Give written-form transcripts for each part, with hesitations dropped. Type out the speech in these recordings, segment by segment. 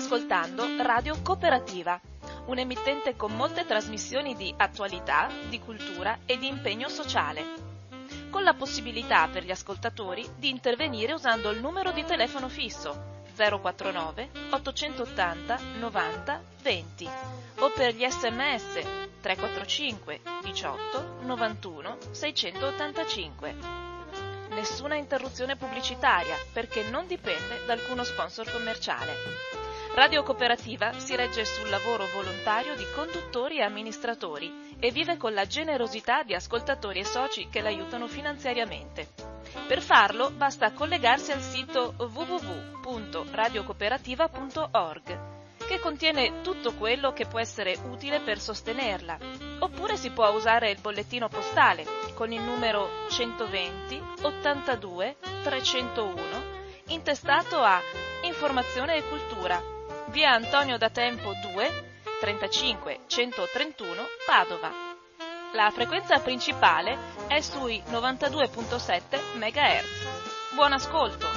ascoltando Radio Cooperativa, un emittente con molte trasmissioni di attualità, di cultura e di impegno sociale, con la possibilità per gli ascoltatori di intervenire usando il numero di telefono fisso 049 880 90 20 o per gli sms 345 18 91 685. Nessuna interruzione pubblicitaria perché non dipende da alcuno sponsor commerciale. Radio Cooperativa si regge sul lavoro volontario di conduttori e amministratori e vive con la generosità di ascoltatori e soci che l'aiutano finanziariamente. Per farlo basta collegarsi al sito www.radiocooperativa.org, che contiene tutto quello che può essere utile per sostenerla, oppure si può usare il bollettino postale con il numero 120 82 301 intestato a Informazione e Cultura, via Antonio da Tempo 2 35 131 Padova. La frequenza principale è sui 92.7 MHz. Buon ascolto!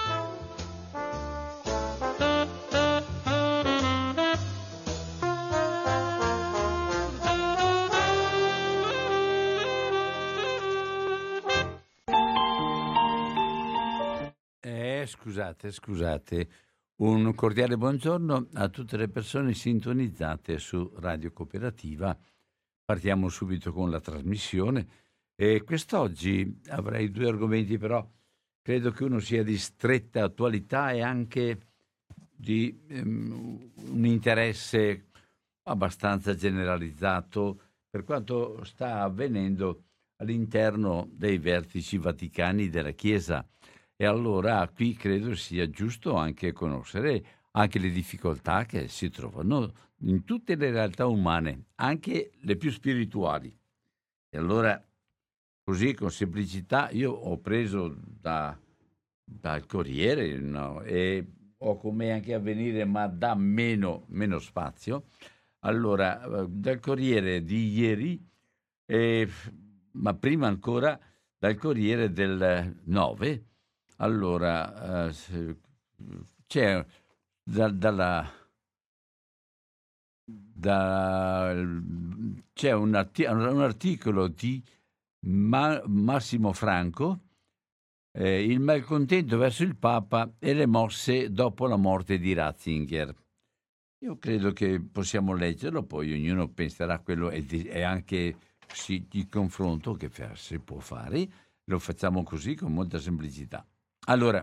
Scusate, un cordiale buongiorno a tutte le persone sintonizzate su Radio Cooperativa. Partiamo subito con la trasmissione e quest'oggi avrei due argomenti, però credo che uno sia di stretta attualità e anche di un interesse abbastanza generalizzato per quanto sta avvenendo all'interno dei vertici vaticani della Chiesa. E allora qui credo sia giusto anche conoscere anche le difficoltà che si trovano in tutte le realtà umane, anche le più spirituali. E allora, così con semplicità, io ho preso dal Corriere, no, e ho come anche Avvenire, ma da meno spazio. Allora, dal Corriere di ieri, ma prima ancora dal Corriere del 9. Allora, c'è c'è un articolo di Massimo Franco, il malcontento verso il Papa e le mosse dopo la morte di Ratzinger. Io credo che possiamo leggerlo, poi ognuno penserà a quello e anche di confronto che si può fare. Lo facciamo così con molta semplicità. Allora,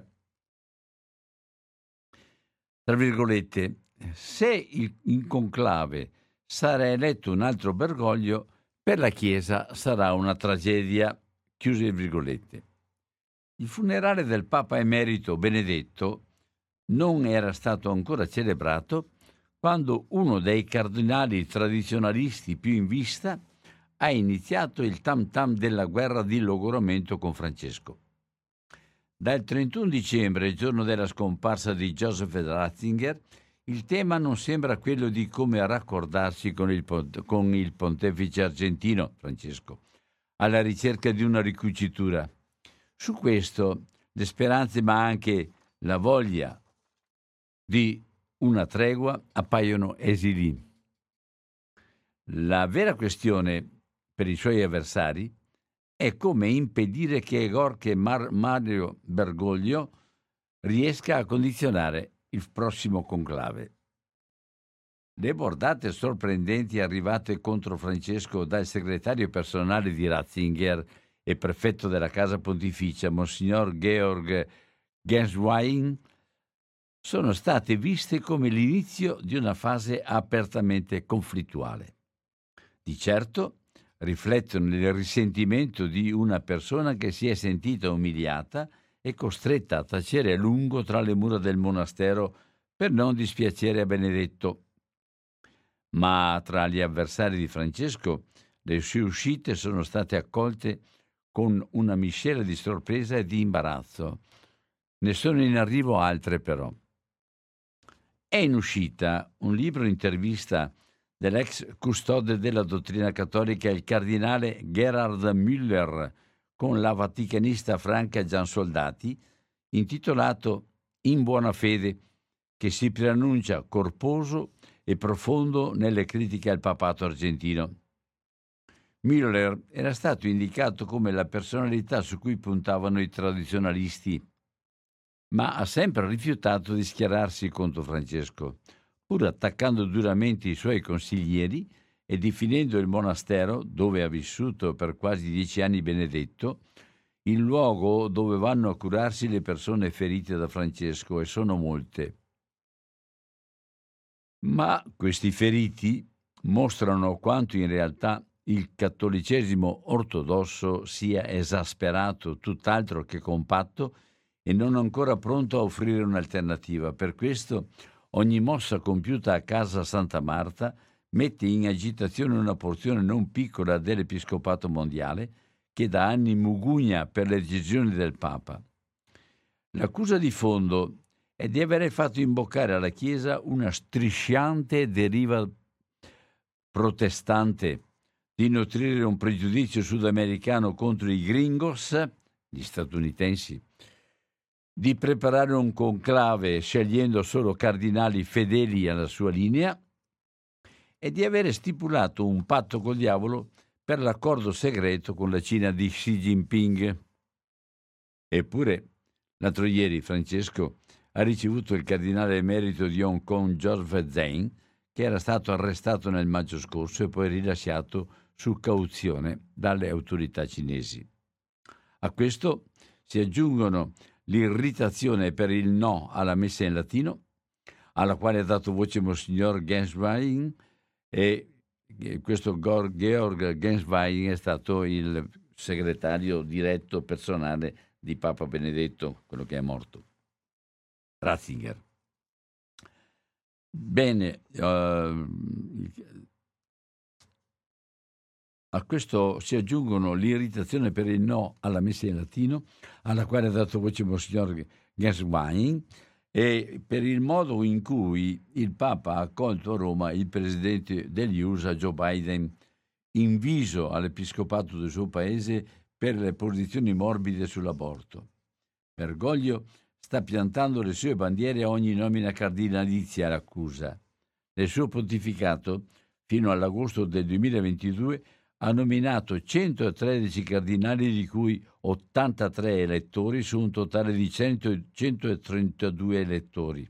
tra virgolette, se in conclave sarà eletto un altro Bergoglio, per la Chiesa sarà una tragedia, chiuse le virgolette. Il funerale del Papa emerito Benedetto non era stato ancora celebrato quando uno dei cardinali tradizionalisti più in vista ha iniziato il tam tam della guerra di logoramento con Francesco. Dal 31 dicembre, il giorno della scomparsa di Joseph Ratzinger, il tema non sembra quello di come raccordarsi con il pontefice argentino, Francesco, alla ricerca di una ricucitura. Su questo, le speranze ma anche la voglia di una tregua appaiono esili. La vera questione per i suoi avversari è come impedire che Gorche Mario Bergoglio riesca a condizionare il prossimo conclave. Le bordate sorprendenti arrivate contro Francesco dal segretario personale di Ratzinger e prefetto della Casa Pontificia, Monsignor Georg Genswein, sono state viste come l'inizio di una fase apertamente conflittuale. Di certo riflettono il risentimento di una persona che si è sentita umiliata e costretta a tacere a lungo tra le mura del monastero per non dispiacere a Benedetto. Ma tra gli avversari di Francesco le sue uscite sono state accolte con una miscela di sorpresa e di imbarazzo. Ne sono in arrivo altre però. È in uscita un libro intervista dell'ex custode della dottrina cattolica, il cardinale Gerhard Müller, con la vaticanista Franca Giansoldati, intitolato In buona fede, che si preannuncia corposo e profondo nelle critiche al papato argentino. Müller era stato indicato come la personalità su cui puntavano i tradizionalisti, ma ha sempre rifiutato di schierarsi contro Francesco, pur attaccando duramente i suoi consiglieri e definendo il monastero, dove ha vissuto per quasi 10 anni Benedetto, il luogo dove vanno a curarsi le persone ferite da Francesco, e sono molte. Ma questi feriti mostrano quanto in realtà il cattolicesimo ortodosso sia esasperato, tutt'altro che compatto, e non ancora pronto a offrire un'alternativa. Per questo ogni mossa compiuta a casa Santa Marta mette in agitazione una porzione non piccola dell'Episcopato mondiale, che da anni mugugna per le decisioni del Papa. L'accusa di fondo è di avere fatto imboccare alla Chiesa una strisciante deriva protestante, di nutrire un pregiudizio sudamericano contro i gringos, gli statunitensi, di preparare un conclave scegliendo solo cardinali fedeli alla sua linea e di avere stipulato un patto col diavolo per l'accordo segreto con la Cina di Xi Jinping. Eppure, l'altro ieri Francesco ha ricevuto il cardinale emerito di Hong Kong George Zheng, che era stato arrestato nel maggio scorso e poi rilasciato su cauzione dalle autorità cinesi. A questo si aggiungono l'irritazione per il no alla messa in latino, alla quale ha dato voce Monsignor Genswein, e questo Georg Genswein è stato il segretario diretto personale di Papa Benedetto, quello che è morto, Ratzinger. Bene, a questo si aggiungono l'irritazione per il no alla messa in latino, alla quale ha dato voce Monsignor Genswein, e per il modo in cui il Papa ha accolto a Roma il presidente degli USA, Joe Biden, inviso all'episcopato del suo paese per le posizioni morbide sull'aborto. Bergoglio sta piantando le sue bandiere a ogni nomina cardinalizia, l'accusa. Nel suo pontificato, fino all'agosto del 2022, ha nominato 113 cardinali, di cui 83 elettori su un totale di 132 elettori.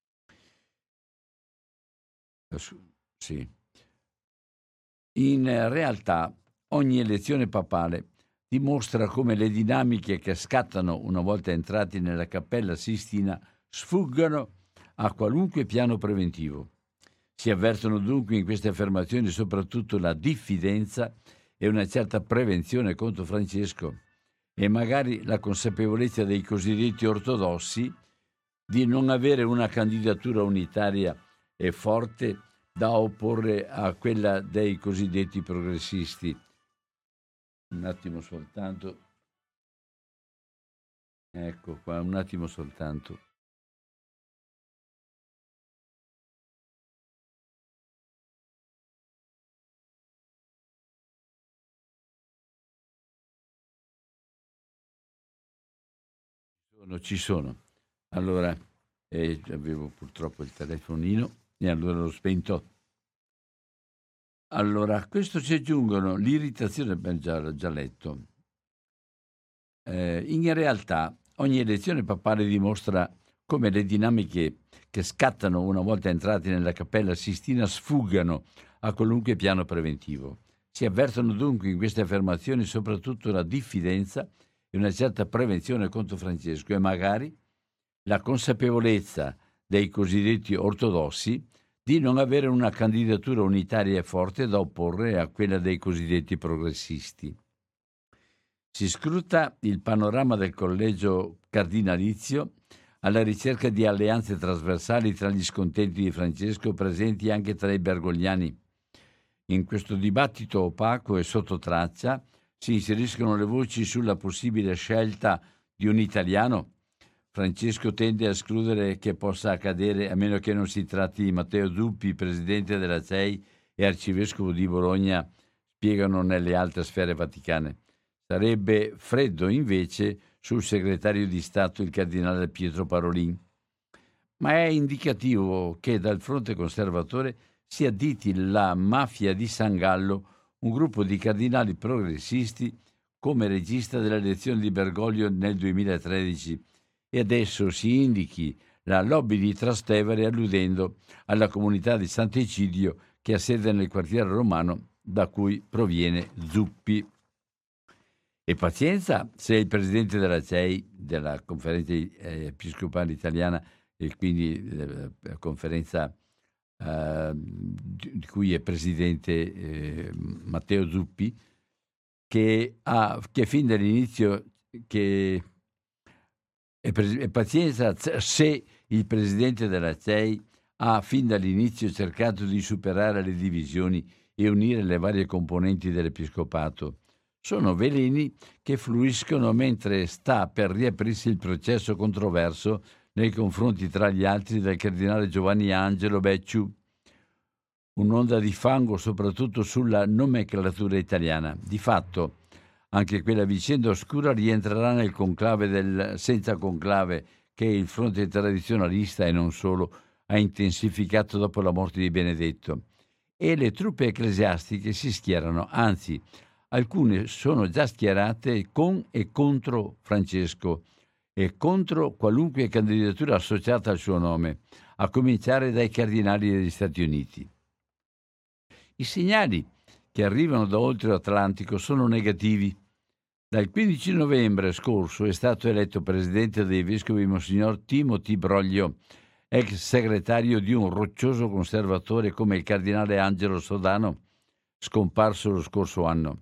Sì. In realtà, ogni elezione papale dimostra come le dinamiche che scattano una volta entrati nella Cappella Sistina sfuggano a qualunque piano preventivo. Si avvertono dunque in queste affermazioni soprattutto la diffidenza e una certa prevenzione contro Francesco, e magari la consapevolezza dei cosiddetti ortodossi di non avere una candidatura unitaria e forte da opporre a quella dei cosiddetti progressisti. Un attimo soltanto. Ecco qua, un attimo soltanto. Ci sono. Allora, avevo purtroppo il telefonino e allora l'ho spento. Allora, a questo ci aggiungono l'irritazione, già letto. In realtà, ogni elezione papale dimostra come le dinamiche che scattano una volta entrati nella Cappella Sistina sfuggano a qualunque piano preventivo. Si avvertono dunque in queste affermazioni soprattutto la diffidenza e una certa prevenzione contro Francesco, e magari la consapevolezza dei cosiddetti ortodossi di non avere una candidatura unitaria e forte da opporre a quella dei cosiddetti progressisti. Si scruta il panorama del collegio cardinalizio alla ricerca di alleanze trasversali tra gli scontenti di Francesco, presenti anche tra i bergogliani. In questo dibattito opaco e sotto traccia si inseriscono le voci sulla possibile scelta di un italiano. Francesco tende a escludere che possa accadere, a meno che non si tratti di Matteo Zuppi, presidente della CEI e arcivescovo di Bologna, spiegano nelle alte sfere vaticane. Sarebbe freddo invece sul segretario di Stato, il cardinale Pietro Parolin. ma è indicativo che dal fronte conservatore si additi la Mafia di San Gallo, un gruppo di cardinali progressisti, come regista delle elezioni di Bergoglio nel 2013, e adesso si indichi la lobby di Trastevere alludendo alla comunità di Sant'Egidio che ha sede nel quartiere romano da cui proviene Zuppi. E pazienza se il presidente della CEI, della Conferenza Episcopale Italiana, e quindi la conferenza di cui è presidente Matteo Zuppi, che fin dall'inizio e pazienza se il presidente della CEI ha fin dall'inizio cercato di superare le divisioni e unire le varie componenti dell'Episcopato. Sono veleni che fluiscono mentre sta per riaprirsi il processo controverso nei confronti, tra gli altri, del cardinale Giovanni Angelo Becciu. Un'onda di fango soprattutto sulla nomenclatura italiana. Di fatto, anche quella vicenda oscura rientrerà nel conclave senza conclave che il fronte tradizionalista e non solo ha intensificato dopo la morte di Benedetto. E le truppe ecclesiastiche si schierano, anzi, alcune sono già schierate con e contro Francesco e contro qualunque candidatura associata al suo nome, a cominciare dai cardinali degli Stati Uniti. I segnali che arrivano da oltre l'Atlantico sono negativi. Dal 15 novembre scorso è stato eletto presidente dei vescovi Monsignor Timothy Broglio, ex segretario di un roccioso conservatore come il cardinale Angelo Sodano, scomparso lo scorso anno.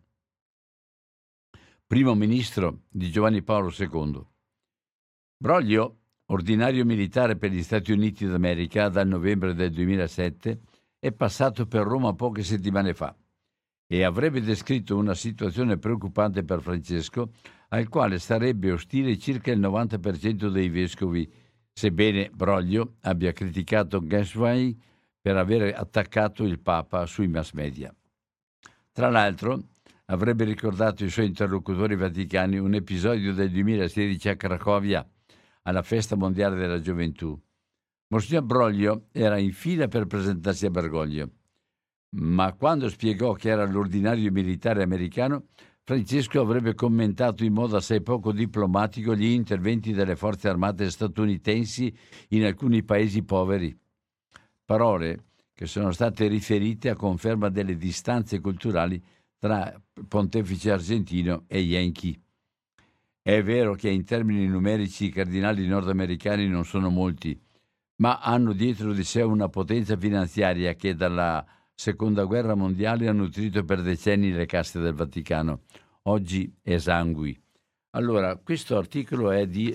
Primo ministro di Giovanni Paolo II. Broglio, ordinario militare per gli Stati Uniti d'America dal novembre del 2007, è passato per Roma poche settimane fa e avrebbe descritto una situazione preoccupante per Francesco, al quale sarebbe ostile circa il 90% dei vescovi, sebbene Broglio abbia criticato Gashwai per aver attaccato il Papa sui mass media. Tra l'altro, avrebbe ricordato ai suoi interlocutori vaticani un episodio del 2016 a Cracovia, alla Festa Mondiale della Gioventù. Monsignor Broglio era in fila per presentarsi a Bergoglio, ma quando spiegò che era l'ordinario militare americano, Francesco avrebbe commentato in modo assai poco diplomatico gli interventi delle forze armate statunitensi in alcuni paesi poveri. Parole che sono state riferite a conferma delle distanze culturali tra pontefice argentino e Yankee. È vero che in termini numerici i cardinali nordamericani non sono molti, ma hanno dietro di sé una potenza finanziaria che dalla Seconda Guerra Mondiale ha nutrito per decenni le casse del Vaticano, oggi esangui. Allora, questo articolo è di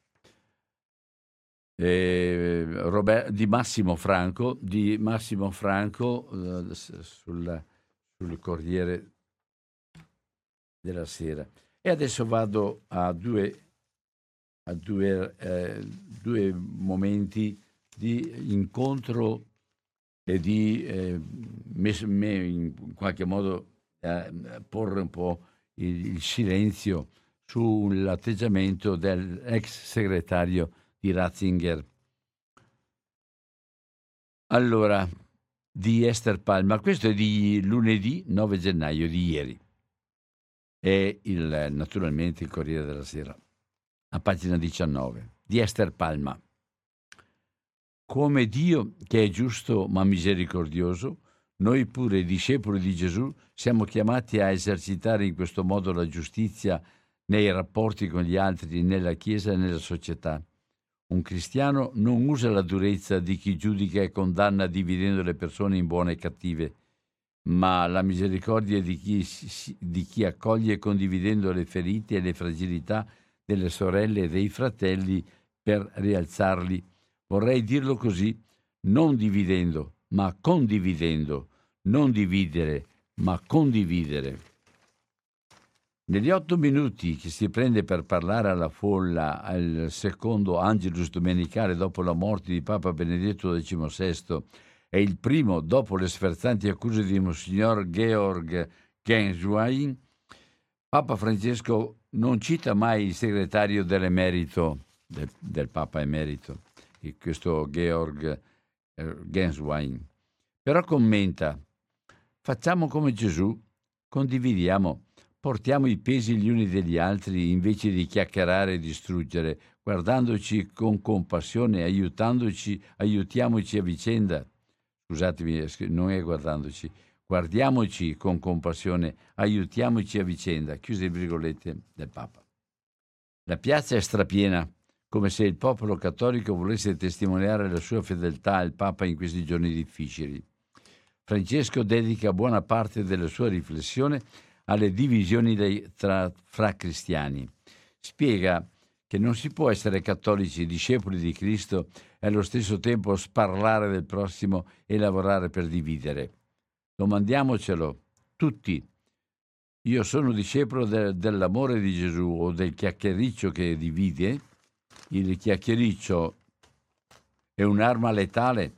Massimo Franco, sul Corriere della Sera. E adesso vado a due momenti di incontro e di in qualche modo porre un po' il silenzio sull'atteggiamento dell'ex segretario di Ratzinger. Allora, di Ester Palma, questo è di lunedì 9 gennaio, di ieri. È naturalmente il Corriere della Sera, a pagina 19, di Ester Palma. Come Dio, che è giusto ma misericordioso, noi pure, discepoli di Gesù, siamo chiamati a esercitare in questo modo la giustizia nei rapporti con gli altri, nella Chiesa e nella società. Un cristiano non usa la durezza di chi giudica e condanna dividendo le persone in buone e cattive, ma la misericordia di chi accoglie condividendo le ferite e le fragilità delle sorelle e dei fratelli per rialzarli. Vorrei dirlo così, non dividendo, ma condividendo, non dividere, ma condividere. Negli 8 minuti che si prende per parlare alla folla al secondo Angelus domenicale dopo la morte di Papa Benedetto XVI e il primo dopo le sferzanti accuse di Monsignor Georg Genswein, Papa Francesco non cita mai il segretario dell'emerito, del Papa emerito, questo Georg Genswein. Però commenta: facciamo come Gesù, condividiamo, portiamo i pesi gli uni degli altri invece di chiacchierare e distruggere, guardandoci con compassione, aiutiamoci a vicenda. Scusatemi, non è guardandoci, guardiamoci con compassione, aiutiamoci a vicenda. Chiuse le virgolette del Papa. La piazza è strapiena, come se il popolo cattolico volesse testimoniare la sua fedeltà al Papa in questi giorni difficili. Francesco dedica buona parte della sua riflessione alle divisioni fra cristiani. Spiega che non si può essere cattolici, discepoli di Cristo e allo stesso tempo sparlare del prossimo e lavorare per dividere. Domandiamocelo tutti. Io sono discepolo dell'amore di Gesù o del chiacchiericcio che divide? Il chiacchiericcio è un'arma letale,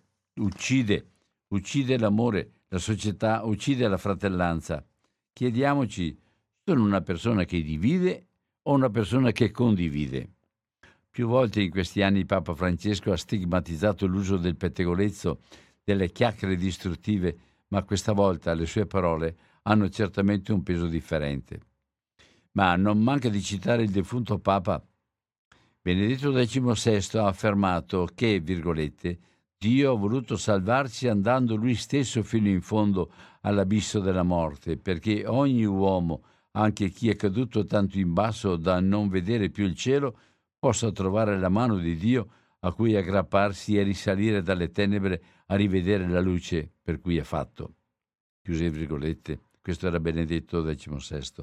uccide l'amore, la società, uccide la fratellanza. Chiediamoci, sono una persona che divide o una persona che condivide? Più volte in questi anni Papa Francesco ha stigmatizzato l'uso del pettegolezzo, delle chiacchiere distruttive, ma questa volta le sue parole hanno certamente un peso differente. Ma non manca di citare il defunto Papa. Benedetto XVI ha affermato che, virgolette, Dio ha voluto salvarci andando lui stesso fino in fondo all'abisso della morte, perché ogni uomo, anche chi è caduto tanto in basso da non vedere più il cielo, possa trovare la mano di Dio a cui aggrapparsi e risalire dalle tenebre a rivedere la luce per cui è fatto. Chiuse virgolette. Questo era Benedetto XVI.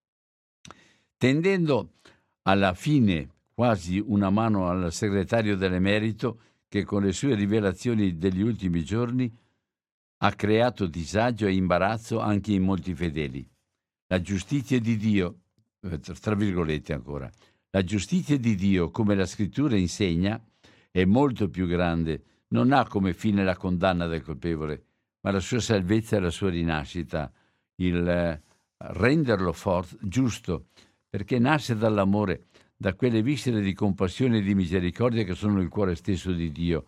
Tendendo alla fine quasi una mano al segretario dell'emerito che con le sue rivelazioni degli ultimi giorni ha creato disagio e imbarazzo anche in molti fedeli. La giustizia di Dio, tra virgolette ancora, la giustizia di Dio, come la Scrittura insegna, è molto più grande, non ha come fine la condanna del colpevole, ma la sua salvezza e la sua rinascita, il renderlo giusto, perché nasce dall'amore, da quelle viscere di compassione e di misericordia che sono il cuore stesso di Dio,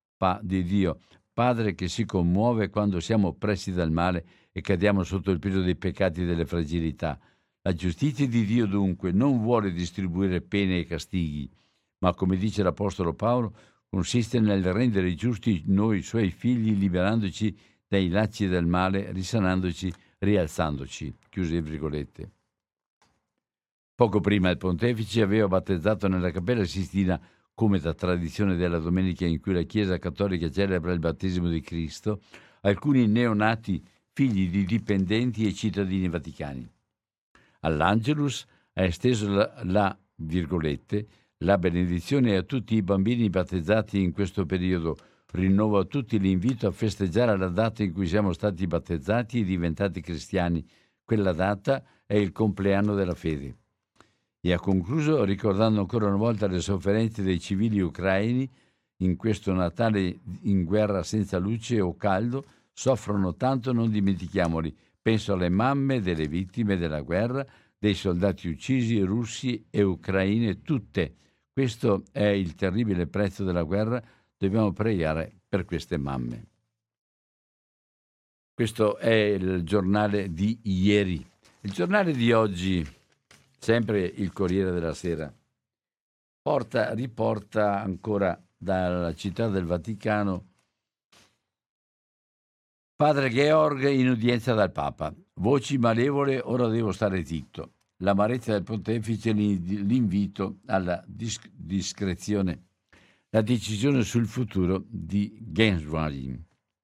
Padre che si commuove quando siamo oppressi dal male e cadiamo sotto il peso dei peccati e delle fragilità. La giustizia di Dio dunque non vuole distribuire pene e castighi, ma come dice l'Apostolo Paolo, consiste nel rendere giusti noi suoi figli, liberandoci dai lacci del male, risanandoci, rialzandoci. Chiuse virgolette. Poco prima il pontefice aveva battezzato nella Cappella Sistina, come da tradizione della domenica in cui la Chiesa Cattolica celebra il battesimo di Cristo, alcuni neonati figli di dipendenti e cittadini vaticani. All'Angelus ha esteso la benedizione a tutti i bambini battezzati in questo periodo. Rinnovo a tutti l'invito a festeggiare la data in cui siamo stati battezzati e diventati cristiani. Quella data è il compleanno della fede. E ha concluso ricordando ancora una volta le sofferenze dei civili ucraini in questo Natale in guerra senza luce o caldo, soffrono tanto, non dimentichiamoli. Penso alle mamme delle vittime della guerra, dei soldati uccisi, russi e ucraine, tutte. Questo è il terribile prezzo della guerra, dobbiamo pregare per queste mamme. Questo è il giornale di ieri. Il giornale di oggi, sempre il Corriere della Sera, riporta ancora dalla Città del Vaticano: Padre Georg in udienza dal Papa. Voci malevole, ora devo stare zitto. L'amarezza del pontefice, l'invito alla discrezione. La decisione sul futuro di Genswein.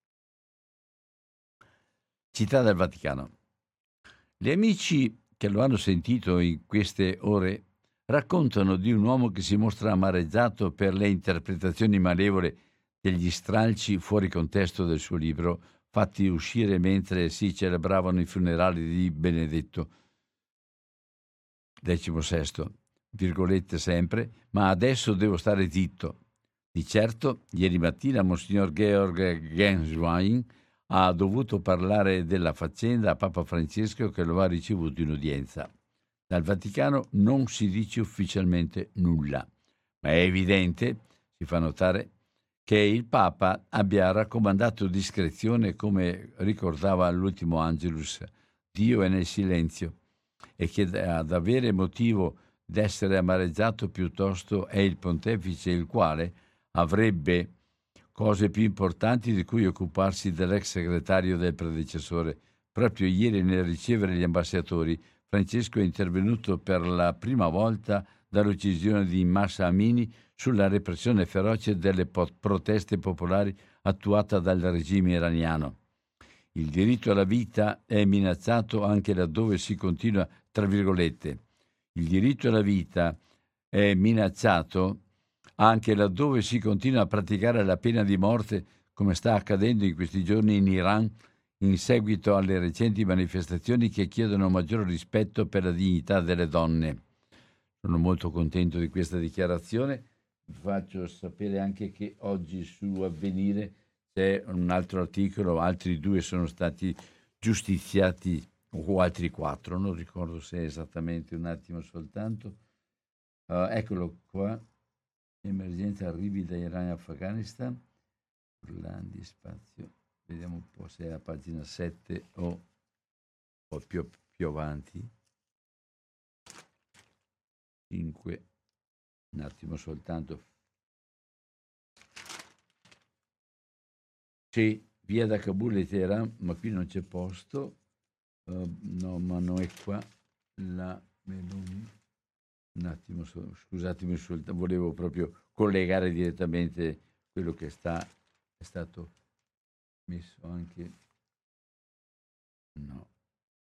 Città del Vaticano. Gli amici che lo hanno sentito in queste ore raccontano di un uomo che si mostra amareggiato per le interpretazioni malevole degli stralci fuori contesto del suo libro, fatti uscire mentre si celebravano i funerali di Benedetto XVI, virgolette sempre, ma adesso devo stare zitto. Di certo, ieri mattina Monsignor Georg Genswein ha dovuto parlare della faccenda a Papa Francesco, che lo ha ricevuto in udienza. Dal Vaticano non si dice ufficialmente nulla, ma è evidente, si fa notare, che il Papa abbia raccomandato discrezione, come ricordava l'ultimo Angelus, Dio è nel silenzio, e che ad avere motivo d'essere amareggiato piuttosto è il pontefice, il quale avrebbe cose più importanti di cui occuparsi dell'ex segretario del predecessore. Proprio ieri, nel ricevere gli ambasciatori, Francesco è intervenuto per la prima volta dall'uccisione di Mahsa Amini sulla repressione feroce delle proteste popolari attuata dal regime iraniano. Il diritto alla vita è minacciato anche laddove si continua, tra virgolette, il diritto alla vita è minacciato anche laddove si continua a praticare la pena di morte, come sta accadendo in questi giorni in Iran, in seguito alle recenti manifestazioni che chiedono maggiore rispetto per la dignità delle donne. Sono molto contento di questa dichiarazione. Vi faccio sapere anche che oggi su Avvenire c'è un altro articolo, altri 2 sono stati giustiziati, o altri 4, non ricordo se è esattamente, un attimo soltanto. Eccolo qua, emergenza arrivi da Iran e Afghanistan, Orlandi, spazio, vediamo un po' se è a pagina 7 o più avanti. 5, un attimo soltanto. Sì, via da Kabul e Teheran, ma qui non c'è posto. No, ma non è qua. La Meloni. Un attimo, scusatemi, volevo proprio collegare direttamente quello che è stato messo anche. No.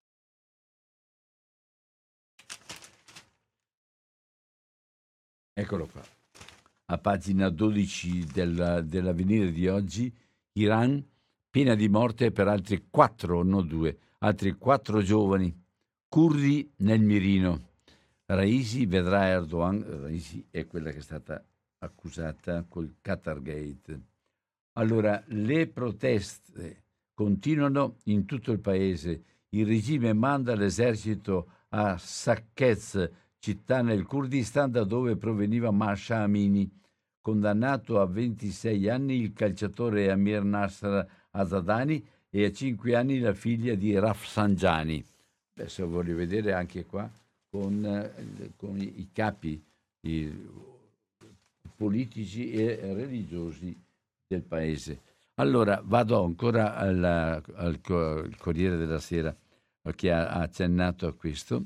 Eccolo qua. A pagina 12 dell'Avvenire di oggi, Iran, pena di morte per altri 4, non 2, altri 4 giovani, curdi nel mirino. Raisi vedrà Erdogan, Raisi è quella che è stata accusata col Qatargate. Allora, le proteste continuano in tutto il paese. Il regime manda l'esercito a Saqqez, città nel Kurdistan da dove proveniva Mahsa Amini. Condannato a 26 anni il calciatore Amir Nasser Azadani e a 5 anni la figlia di Rafsanjani. Adesso voglio vedere anche qua con i capi politici e religiosi del paese. Allora vado ancora al Corriere della Sera, che ha accennato a questo,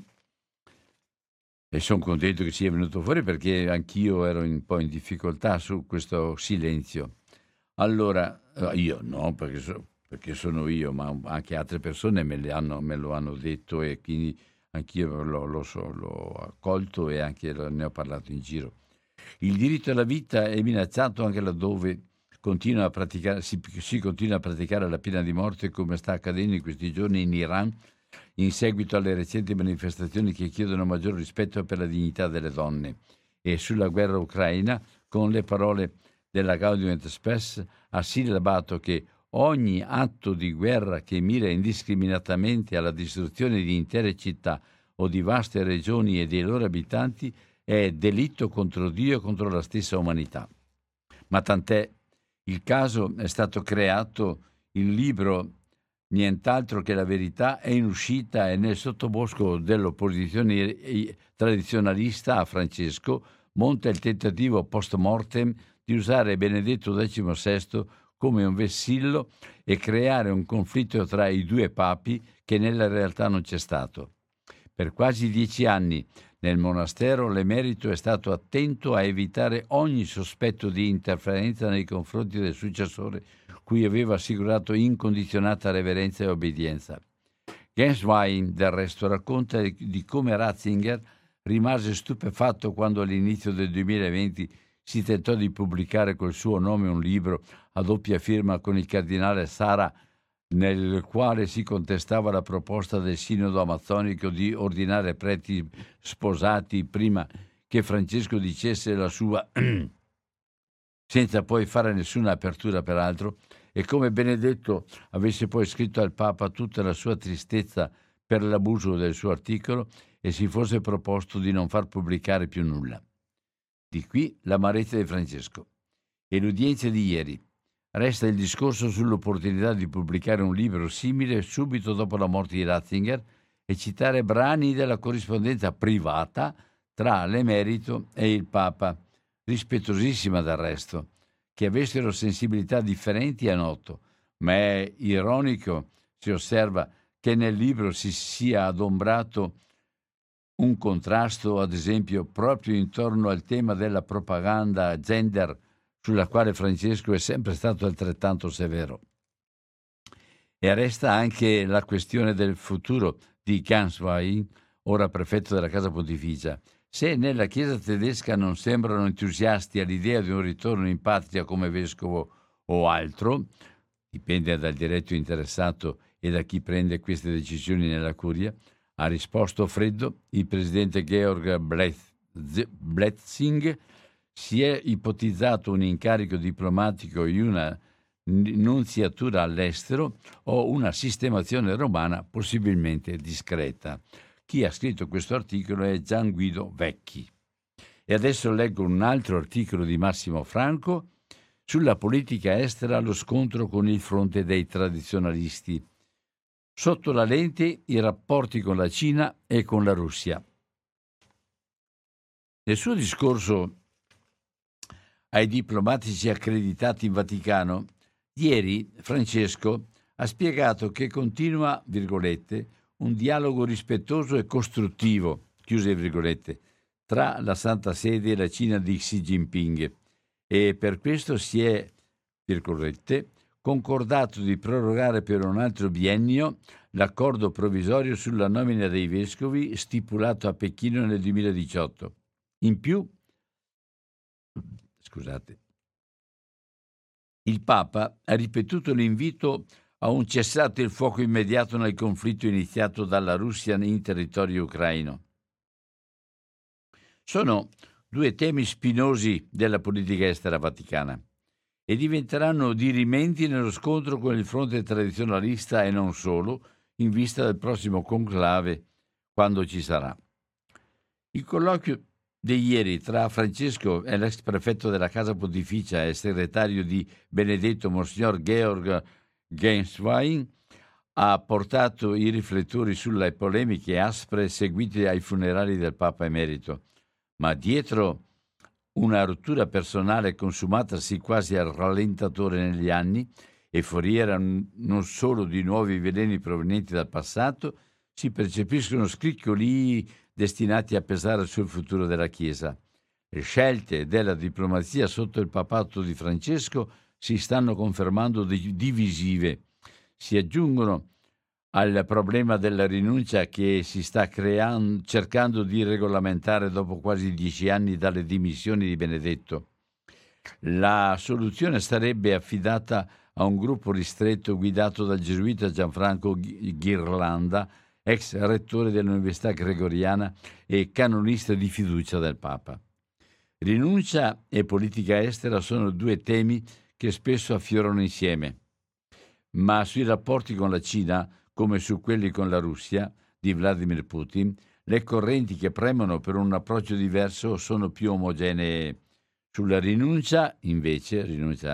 e sono contento che sia venuto fuori perché anch'io ero un po' in difficoltà su questo silenzio. Allora, io no, perché sono io, ma anche altre persone me lo hanno detto, e quindi anch'io l'ho accolto e anche ne ho parlato in giro. Il diritto alla vita è minacciato anche laddove si continua a praticare la pena di morte, come sta accadendo in questi giorni in Iran, in seguito alle recenti manifestazioni che chiedono maggior rispetto per la dignità delle donne. E sulla guerra ucraina, con le parole della Gaudium et Spes, ha sillabato che ogni atto di guerra che mira indiscriminatamente alla distruzione di intere città o di vaste regioni e dei loro abitanti è delitto contro Dio e contro la stessa umanità. Ma tant'è, il caso è stato creato, il libro Nient'altro che la verità è in uscita e nel sottobosco dell'opposizione tradizionalista a Francesco monta il tentativo post mortem di usare Benedetto XVI come un vessillo e creare un conflitto tra i 2 papi che nella realtà non c'è stato. Per quasi 10 anni nel monastero l'emerito è stato attento a evitare ogni sospetto di interferenza nei confronti del successore, cui aveva assicurato incondizionata reverenza e obbedienza. Genswein, del resto, racconta di come Ratzinger rimase stupefatto quando all'inizio del 2020 si tentò di pubblicare col suo nome un libro a doppia firma con il cardinale Sara, nel quale si contestava la proposta del Sinodo Amazzonico di ordinare preti sposati prima che Francesco dicesse la sua, senza poi fare nessuna apertura peraltro, e come Benedetto avesse poi scritto al Papa tutta la sua tristezza per l'abuso del suo articolo e si fosse proposto di non far pubblicare più nulla. Di qui l'amarezza di Francesco. e l'udienza di ieri. Resta il discorso sull'opportunità di pubblicare un libro simile subito dopo la morte di Ratzinger e citare brani della corrispondenza privata tra l'emerito e il Papa, rispettosissima del resto. Che avessero sensibilità differenti è noto, ma è ironico si osserva che nel libro si sia adombrato un contrasto, ad esempio, proprio intorno al tema della propaganda gender, sulla quale Francesco è sempre stato altrettanto severo. E resta anche la questione del futuro di Ganswein, ora prefetto della Casa Pontificia. Se nella Chiesa tedesca non sembrano entusiasti all'idea di un ritorno in patria come vescovo o altro, dipende dal diretto interessato e da chi prende queste decisioni nella curia, ha risposto freddo il presidente Georg Bletzing. Si è ipotizzato un incarico diplomatico in una nunziatura all'estero o una sistemazione romana possibilmente discreta. Chi ha scritto questo articolo è Gian Guido Vecchi. E adesso leggo un altro articolo di Massimo Franco sulla politica estera, lo scontro con il fronte dei tradizionalisti. Sotto la lente i rapporti con la Cina e con la Russia. Nel suo discorso ai diplomatici accreditati in Vaticano, ieri Francesco ha spiegato che continua, virgolette, un dialogo rispettoso e costruttivo, chiuse virgolette, tra la Santa Sede e la Cina di Xi Jinping e per questo si è, virgolette, concordato di prorogare per un altro biennio l'accordo provvisorio sulla nomina dei vescovi stipulato a Pechino nel 2018. In più, il Papa ha ripetuto l'invito a un cessate il fuoco immediato nel conflitto iniziato dalla Russia in territorio ucraino. Sono due temi spinosi della politica estera vaticana e diventeranno dirimenti nello scontro con il fronte tradizionalista e non solo, in vista del prossimo conclave, quando ci sarà. Il colloquio di ieri tra Francesco e l'ex prefetto della Casa Pontificia e segretario di Benedetto Monsignor Georg Ganswein ha portato i riflettori sulle polemiche aspre seguite ai funerali del Papa emerito, ma dietro una rottura personale consumatasi quasi al rallentatore negli anni e foriera non solo di nuovi veleni provenienti dal passato, si percepiscono scricchiolii destinati a pesare sul futuro della Chiesa. Le scelte della diplomazia sotto il papato di Francesco si stanno confermando divisive. Si aggiungono al problema della rinuncia che si sta cercando di regolamentare dopo quasi 10 anni dalle dimissioni di Benedetto. La soluzione sarebbe affidata a un gruppo ristretto guidato dal gesuita Gianfranco Ghirlanda, ex rettore dell'Università Gregoriana e canonista di fiducia del Papa. Rinuncia e politica estera sono due temi che spesso affiorano insieme, ma sui rapporti con la Cina, come su quelli con la Russia di Vladimir Putin, le correnti che premono per un approccio diverso sono più omogenee. Sulla rinuncia, invece,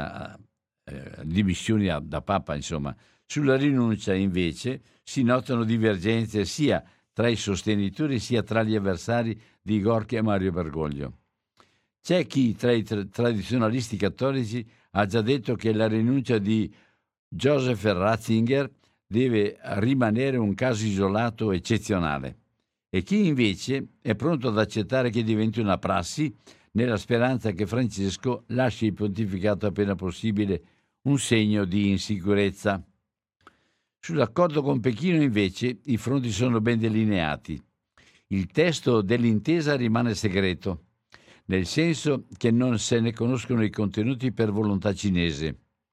dimissioni da Papa, insomma, sulla rinuncia, invece, si notano divergenze sia tra i sostenitori sia tra gli avversari di Gorky e Mario Bergoglio. C'è chi tra i tradizionalisti cattolici ha già detto che la rinuncia di Joseph Ratzinger deve rimanere un caso isolato eccezionale e chi invece è pronto ad accettare che diventi una prassi nella speranza che Francesco lasci il pontificato appena possibile un segno di insicurezza. Sull'accordo con Pechino invece i fronti sono ben delineati. Il testo dell'intesa rimane segreto, nel senso che non se ne conoscono i contenuti per volontà cinese.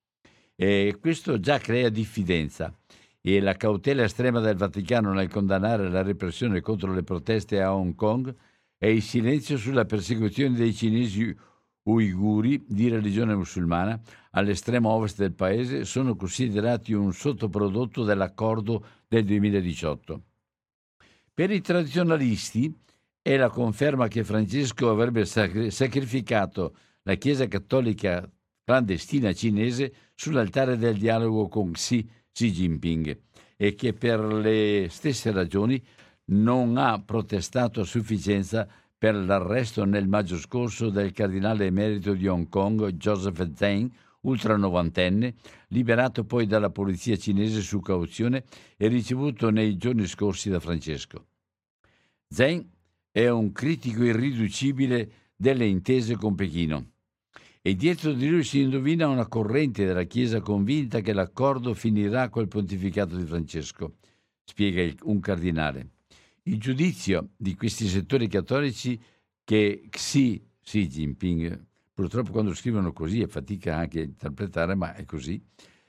E questo già crea diffidenza e la cautela estrema del Vaticano nel condannare la repressione contro le proteste a Hong Kong e il silenzio sulla persecuzione dei cinesi uiguri di religione musulmana all'estremo ovest del paese sono considerati un sottoprodotto dell'accordo del 2018. Per i tradizionalisti è la conferma che Francesco avrebbe sacrificato la Chiesa cattolica clandestina cinese sull'altare del dialogo con Xi Jinping e che per le stesse ragioni non ha protestato a sufficienza per l'arresto nel maggio scorso del cardinale emerito di Hong Kong Joseph Zheng, ultra novantenne, liberato poi dalla polizia cinese su cauzione e ricevuto nei giorni scorsi da Francesco. Zheng è un critico irriducibile delle intese con Pechino e dietro di lui si indovina una corrente della Chiesa convinta che l'accordo finirà col pontificato di Francesco, spiega un cardinale. Il giudizio di questi settori cattolici che Xi Jinping, purtroppo quando scrivono così è fatica anche a interpretare, ma è così,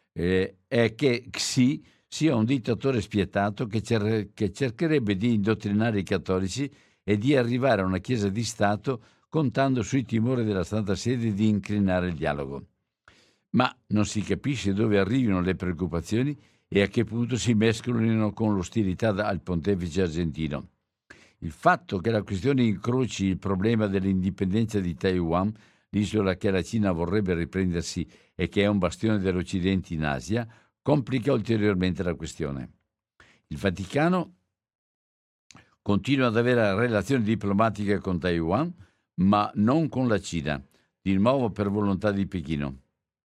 è che Xi sia un dittatore spietato che cercherebbe di indottrinare i cattolici e di arrivare a una Chiesa di Stato contando sui timori della Santa Sede di incrinare il dialogo. Ma non si capisce dove arrivino le preoccupazioni e a che punto si mescolino con l'ostilità al pontefice argentino. Il fatto che la questione incroci il problema dell'indipendenza di Taiwan, l'isola che la Cina vorrebbe riprendersi e che è un bastione dell'Occidente in Asia, complica ulteriormente la questione. Il Vaticano continua ad avere relazioni diplomatiche con Taiwan, ma non con la Cina, di nuovo per volontà di Pechino.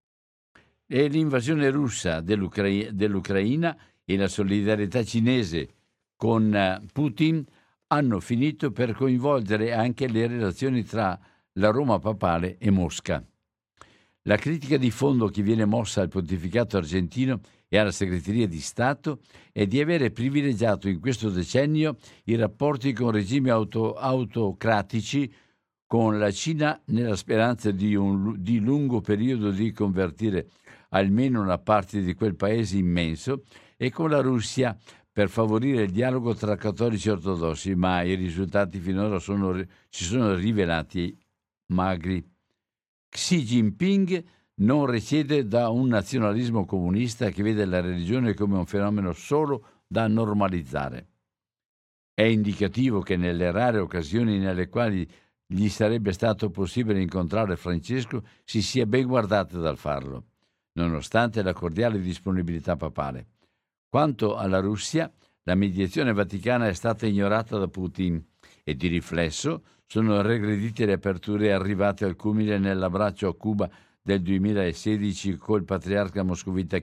E l'invasione russa dell'Ucraina e la solidarietà cinese con Putin hanno finito per coinvolgere anche le relazioni tra la Roma papale e Mosca. La critica di fondo che viene mossa al pontificato argentino e alla segreteria di Stato è di avere privilegiato in questo decennio i rapporti con regimi autocratici con la Cina nella speranza di lungo periodo di convertire almeno una parte di quel paese immenso e con la Russia per favorire il dialogo tra cattolici e ortodossi, ma i risultati finora si sono rivelati magri. Xi Jinping non risiede da un nazionalismo comunista che vede la religione come un fenomeno solo da normalizzare. È indicativo che nelle rare occasioni nelle quali gli sarebbe stato possibile incontrare Francesco si sia ben guardato dal farlo, nonostante la cordiale disponibilità papale. Quanto alla Russia, la mediazione vaticana è stata ignorata da Putin e di riflesso sono regredite le aperture arrivate al culmine nell'abbraccio a Cuba del 2016 col patriarca moscovita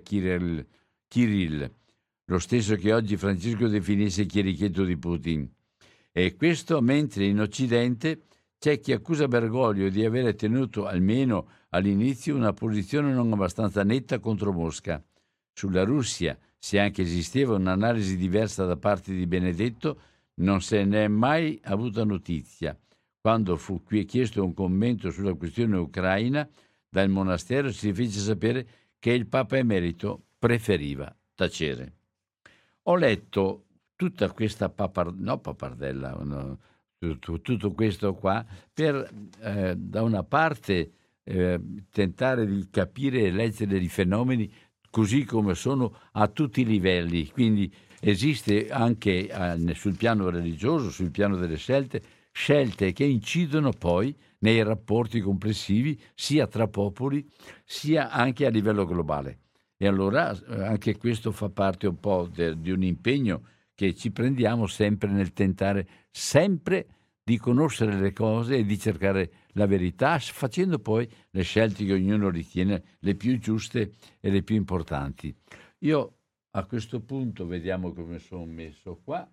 Kirill, lo stesso che oggi Francesco definisce chierichetto di Putin. E questo mentre in Occidente c'è chi accusa Bergoglio di avere tenuto, almeno all'inizio, una posizione non abbastanza netta contro Mosca. Sulla Russia, se anche esisteva un'analisi diversa da parte di Benedetto, non se ne è mai avuta notizia. Quando fu qui chiesto un commento sulla questione ucraina, dal monastero si fece sapere che il Papa emerito preferiva tacere. Ho letto tutta questa papardella, no, tutto questo qua, per da una parte tentare di capire e leggere i fenomeni così come sono a tutti i livelli, quindi esiste anche sul piano religioso, sul piano delle scelte che incidono poi nei rapporti complessivi sia tra popoli sia anche a livello globale. E allora anche questo fa parte un po' di un impegno che ci prendiamo sempre nel tentare sempre di conoscere le cose e di cercare la verità, facendo poi le scelte che ognuno ritiene le più giuste e le più importanti. Io a questo punto vediamo come sono messo qua.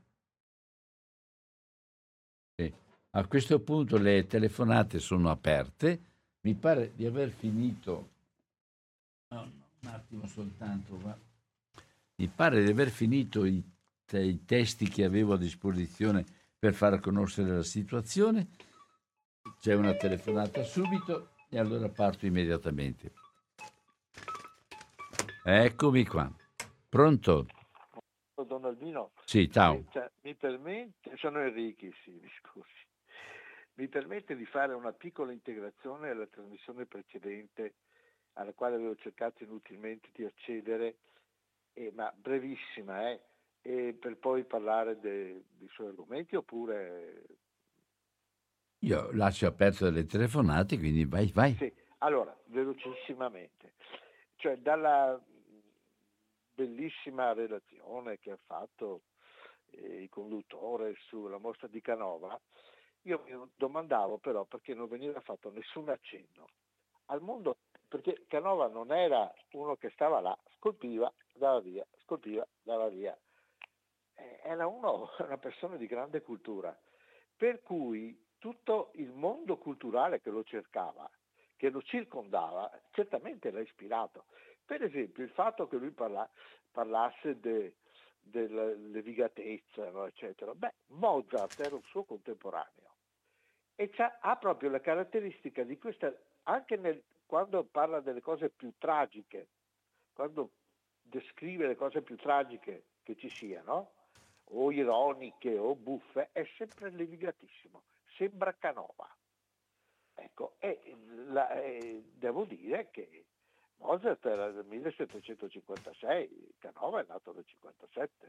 A questo punto le telefonate sono aperte. Mi pare di aver finito. Un attimo soltanto. Mi pare di aver finito i testi che avevo a disposizione per far conoscere la situazione. C'è una telefonata subito e allora parto immediatamente. Eccomi qua. Pronto? Don Albino. Sì, ciao. Mi permette, sono Enrichi, sì, mi scusi. Mi permette di fare una piccola integrazione alla trasmissione precedente alla quale avevo cercato inutilmente di accedere, ma brevissima, e per poi parlare dei suoi argomenti, oppure... Io lascio aperto le telefonate, quindi vai. Sì. Allora, velocissimamente, cioè dalla bellissima relazione che ha fatto il conduttore sulla mostra di Canova, io mi domandavo però perché non veniva fatto nessun accenno al mondo, perché Canova non era uno che stava là, scolpiva, dava via, era una persona di grande cultura, per cui tutto il mondo culturale che lo cercava, che lo circondava, certamente l'ha ispirato. Per esempio il fatto che lui parlasse della levigatezza, no, eccetera. Mozart era un suo contemporaneo e ha proprio la caratteristica di questa, anche quando parla delle cose più tragiche, quando descrive le cose più tragiche che ci siano, o ironiche o buffe, è sempre levigatissimo, sembra Canova. Ecco, devo dire che Mozart era del 1756, Canova è nato nel 57.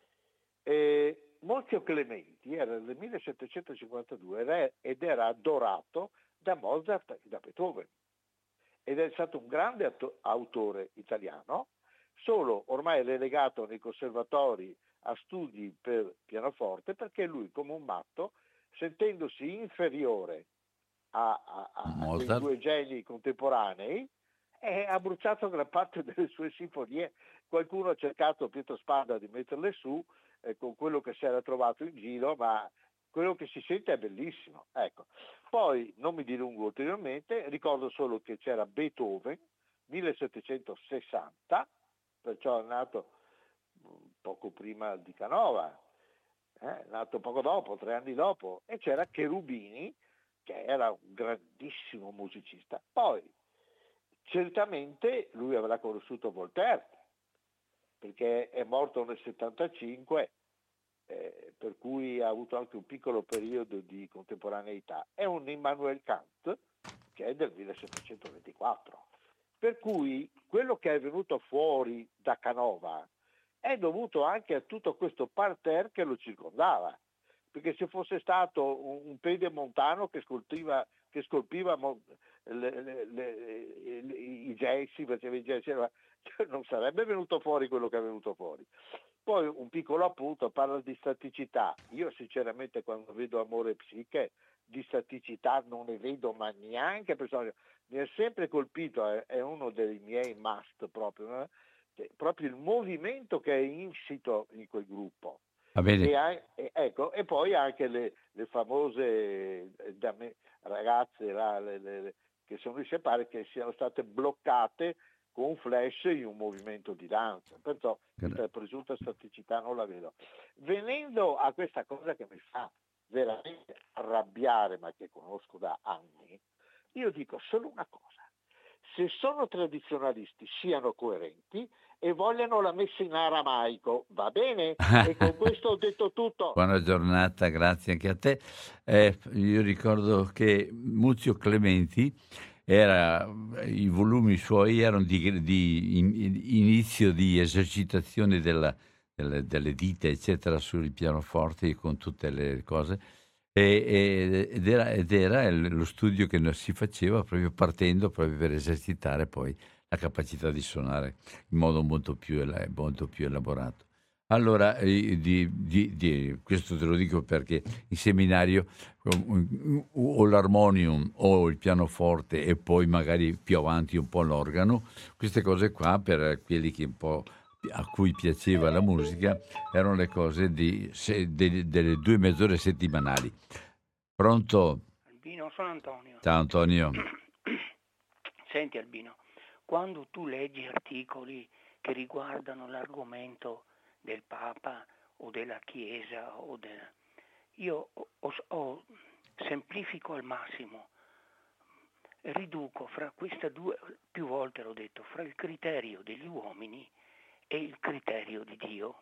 Mozio Clementi era del 1752 ed era adorato da Mozart e da Beethoven. Ed è stato un grande autore italiano, solo ormai relegato nei conservatori a studi per pianoforte, perché lui, come un matto, sentendosi inferiore a quei due geni contemporanei, ha bruciato gran parte delle sue sinfonie. Qualcuno ha cercato, Pietro Spada, di metterle su con quello che si era trovato in giro, ma quello che si sente è bellissimo. Ecco. Poi non mi dilungo ulteriormente, ricordo solo che c'era Beethoven, 1760, perciò è nato poco prima di Canova, nato poco dopo, 3 anni dopo, e c'era Cherubini, che era un grandissimo musicista. Poi certamente lui avrà conosciuto Voltaire, perché è morto nel 75, per cui ha avuto anche un piccolo periodo di contemporaneità. È un Immanuel Kant, che è del 1724. Per cui quello che è venuto fuori da Canova è dovuto anche a tutto questo parterre che lo circondava, perché se fosse stato un pedemontano che scolpiva i gessi, faceva i gessi, non sarebbe venuto fuori quello che è venuto fuori. Poi un piccolo appunto, parla di staticità. Io sinceramente quando vedo Amore e Psiche di staticità non ne vedo ma neanche per sogno. Mi è sempre colpito, è uno dei miei must proprio, proprio il movimento che è insito in quel gruppo. Va bene. E poi anche le famose ragazze là, che sono riuscite, pare che siano state bloccate con un flash in un movimento di danza, perciò questa presunta staticità non la vedo. Venendo a questa cosa che mi fa veramente arrabbiare, ma che conosco da anni, io dico solo una cosa: se sono tradizionalisti siano coerenti e vogliano la messa in aramaico, va bene? E con questo ho detto tutto. Buona giornata, grazie anche a te. Io ricordo che Muzio Clementi i volumi suoi erano di inizio di esercitazione delle dita, eccetera, sul pianoforte con tutte le cose. Ed era lo studio che si faceva proprio partendo proprio per esercitare poi la capacità di suonare in modo molto più elaborato. Allora, questo te lo dico perché in seminario o l'armonium o il pianoforte e poi magari più avanti un po' l'organo, queste cose qua per quelli che un po' a cui piaceva la musica erano le cose delle 2 mezz'ore settimanali. Pronto? Albino, sono Antonio. Ciao Antonio. Senti Albino, quando tu leggi articoli che riguardano l'argomento del Papa o della Chiesa io semplifico al massimo, riduco fra queste due, più volte l'ho detto, fra il criterio degli uomini e il criterio di Dio.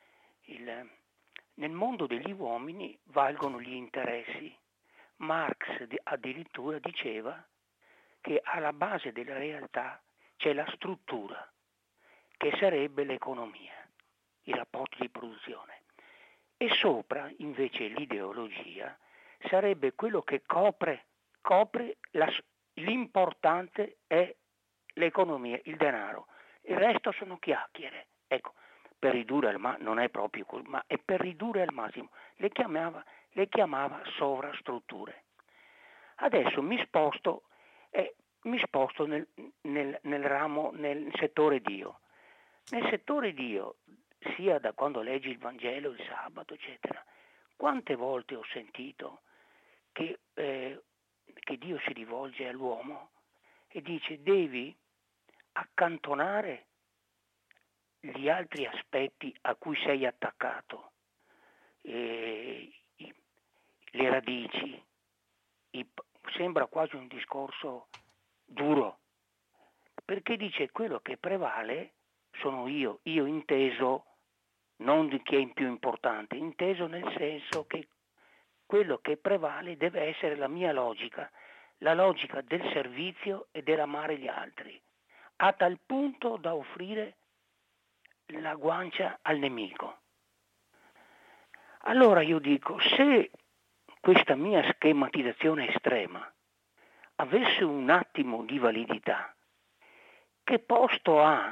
Nel mondo degli uomini valgono gli interessi. Marx addirittura diceva che alla base della realtà c'è la struttura, che sarebbe l'economia, i rapporti di produzione, e sopra invece l'ideologia sarebbe quello che copre l'importante è l'economia, il denaro, il resto sono chiacchiere. Ecco, per ridurre non è proprio così, ma è per ridurre al massimo. Le chiamava sovrastrutture. Adesso mi sposto nel ramo, nel settore Dio. Nel settore Dio, sia da quando leggi il Vangelo, il sabato, eccetera, quante volte ho sentito che Dio si rivolge all'uomo e dice: devi accantonare gli altri aspetti a cui sei attaccato, le radici. Sembra quasi un discorso duro, perché dice: quello che prevale sono io inteso non di chi è più importante, inteso nel senso che quello che prevale deve essere la mia logica, la logica del servizio e dell'amare gli altri, a tal punto da offrire la guancia al nemico. Allora io dico, se questa mia schematizzazione estrema avesse un attimo di validità, che posto ha,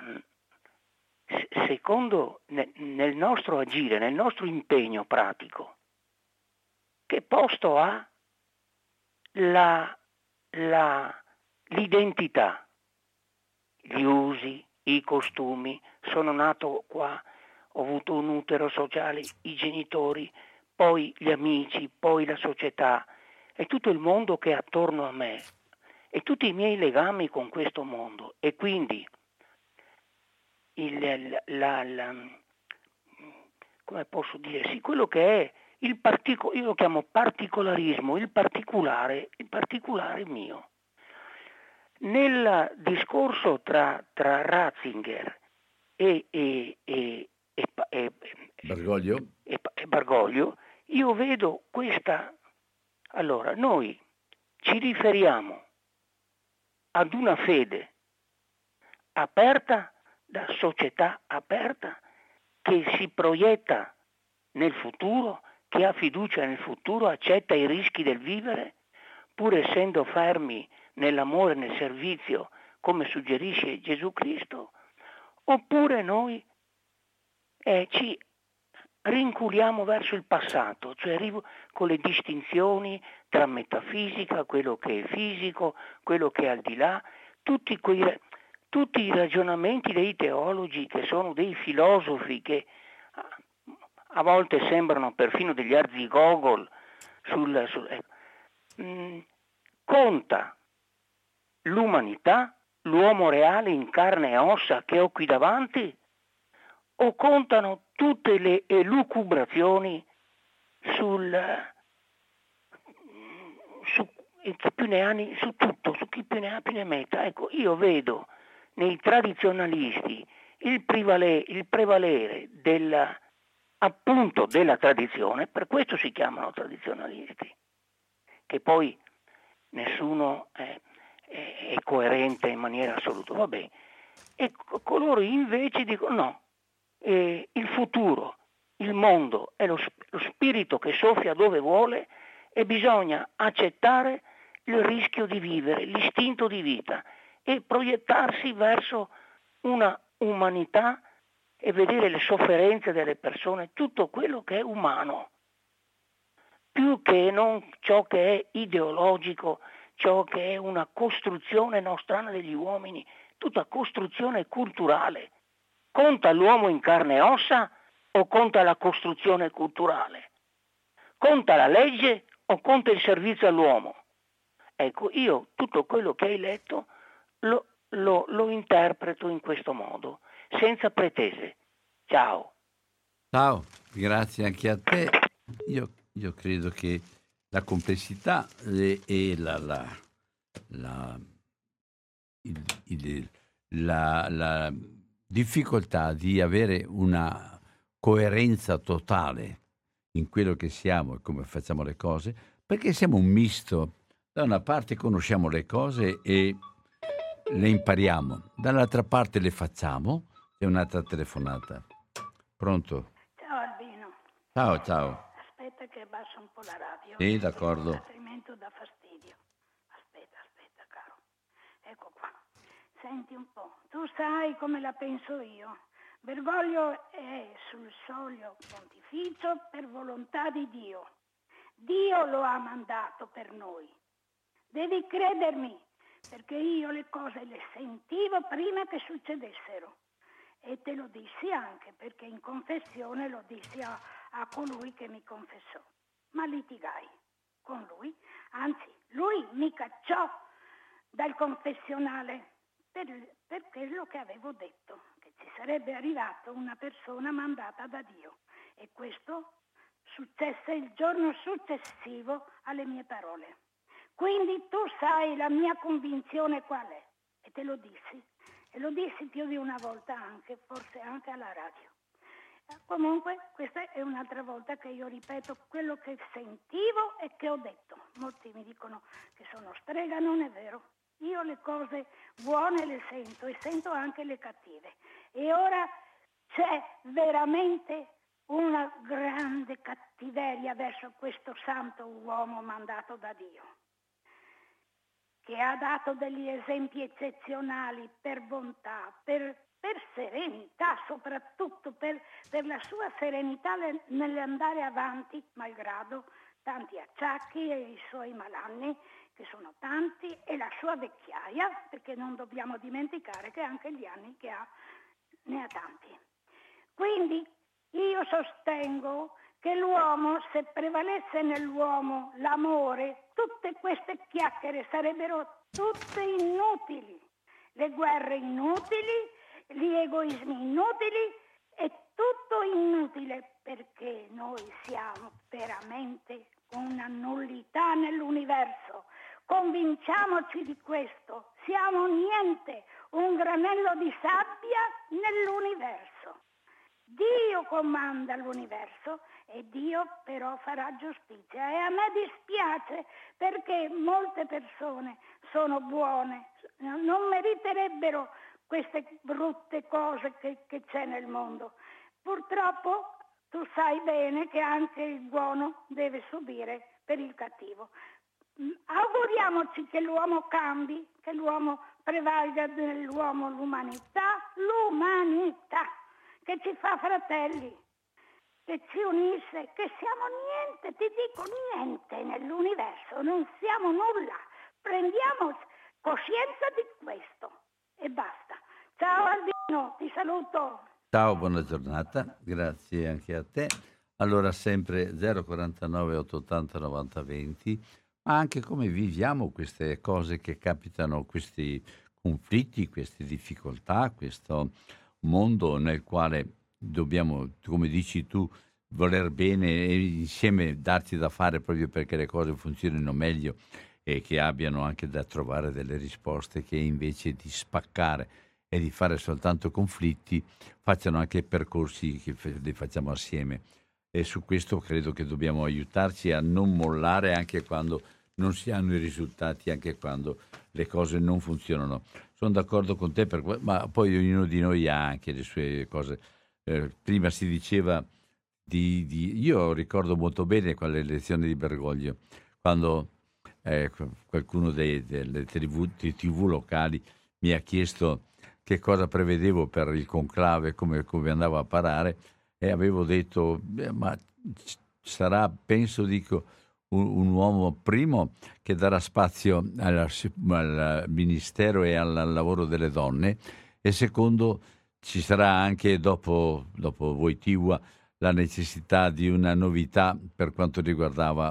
secondo nel nostro agire, nel nostro impegno pratico, che posto ha l'identità, gli usi, i costumi? Sono nato qua, ho avuto un utero sociale, i genitori, poi gli amici, poi la società e tutto il mondo che è attorno a me e tutti i miei legami con questo mondo, e quindi come posso dire, sì, quello che è io lo chiamo particolarismo, il particolare mio. Nel discorso tra Ratzinger e Bergoglio, io vedo questa. Allora, noi ci riferiamo ad una fede aperta, da società aperta, che si proietta nel futuro, che ha fiducia nel futuro, accetta i rischi del vivere, pur essendo fermi nell'amore e nel servizio, come suggerisce Gesù Cristo, oppure noi ci rinculiamo verso il passato, cioè con le distinzioni tra metafisica, quello che è fisico, quello che è al di là, tutti i ragionamenti dei teologi, che sono dei filosofi che a volte sembrano perfino degli arzigogol conta l'umanità, l'uomo reale in carne e ossa che ho qui davanti, o contano tutte le elucubrazioni su chi più ne ha, su tutto, su chi più ne ha più ne metta? Ecco, io vedo nei tradizionalisti il prevalere appunto della tradizione, per questo si chiamano tradizionalisti, che poi nessuno è coerente in maniera assoluta, vabbè. E coloro invece dicono no, il futuro, il mondo è lo spirito che soffia dove vuole e bisogna accettare il rischio di vivere, l'istinto di vita e proiettarsi verso una umanità e vedere le sofferenze delle persone, tutto quello che è umano, più che non ciò che è ideologico, ciò che è una costruzione nostrana degli uomini, tutta costruzione culturale. Conta l'uomo in carne e ossa o conta la costruzione culturale? Conta la legge o conta il servizio all'uomo? Ecco, io tutto quello che hai letto lo interpreto in questo modo, senza pretese. Ciao. Ciao, grazie anche a te. Io credo che la complessità e la difficoltà di avere una coerenza totale in quello che siamo e come facciamo le cose, perché siamo un misto. Da una parte conosciamo le cose e le impariamo, dall'altra parte le facciamo. C'è un'altra telefonata. Pronto? Ciao Albino. Ciao. Aspetta che abbasso un po' la radio. Sì, d'accordo. Altrimenti dà fastidio. Aspetta, caro. senti un po', tu sai come la penso io. Bergoglio è sul soglio pontificio per volontà di Dio. Dio lo ha mandato per noi. Devi credermi, perché io le cose le sentivo prima che succedessero. E te lo dissi anche perché in confessione lo dissi a colui che mi confessò. Ma litigai con lui, anzi lui mi cacciò dal confessionale per quello che avevo detto, che ci sarebbe arrivata una persona mandata da Dio. E questo successe il giorno successivo alle mie parole. Quindi tu sai la mia convinzione qual è, e te lo dissi. E lo dissi più di una volta anche, forse anche alla radio. Comunque, questa è un'altra volta che io ripeto quello che sentivo e che ho detto. Molti mi dicono che sono strega, non è vero. Io le cose buone le sento e sento anche le cattive. E ora c'è veramente una grande cattiveria verso questo santo uomo mandato da Dio, che ha dato degli esempi eccezionali per bontà, per serenità, soprattutto per la sua serenità nell'andare avanti, malgrado tanti acciacchi e i suoi malanni, che sono tanti, e la sua vecchiaia, perché non dobbiamo dimenticare che anche gli anni che ha ne ha tanti. Quindi io sostengo che l'uomo, se prevalesse nell'uomo l'amore, tutte queste chiacchiere sarebbero tutte inutili, le guerre inutili, gli egoismi inutili, è tutto inutile, perché noi siamo veramente una nullità nell'universo. Convinciamoci di questo, siamo niente, un granello di sabbia nell'universo. Dio comanda l'universo e Dio però farà giustizia, e a me dispiace perché molte persone sono buone, non meriterebbero queste brutte cose che c'è nel mondo. Purtroppo tu sai bene che anche il buono deve subire per il cattivo. Auguriamoci che l'uomo cambi, che l'uomo prevalga nell'uomo l'umanità, che ci fa fratelli, che ci unisce, che siamo niente, ti dico niente nell'universo, non siamo nulla. Prendiamo coscienza di questo e basta. Ciao Albino, ti saluto. Ciao, buona giornata, grazie anche a te. Allora sempre 049 880 90 20, ma anche come viviamo queste cose che capitano, questi conflitti, queste difficoltà, questo mondo nel quale dobbiamo, come dici tu, voler bene e insieme darci da fare proprio perché le cose funzionino meglio e che abbiano anche da trovare delle risposte, che invece di spaccare e di fare soltanto conflitti facciano anche percorsi che li facciamo assieme. E su questo credo che dobbiamo aiutarci a non mollare anche quando non si hanno i risultati, anche quando le cose non funzionano. Sono d'accordo con te, ma poi ognuno di noi ha anche le sue cose. Prima si diceva io ricordo molto bene quelle lezioni di Bergoglio, quando qualcuno delle TV locali mi ha chiesto che cosa prevedevo per il conclave, come andava a parare, e avevo detto, ma sarà, penso, un uomo, primo, che darà spazio al ministero e al lavoro delle donne, e secondo, ci sarà anche dopo Wojtyła la necessità di una novità per quanto riguardava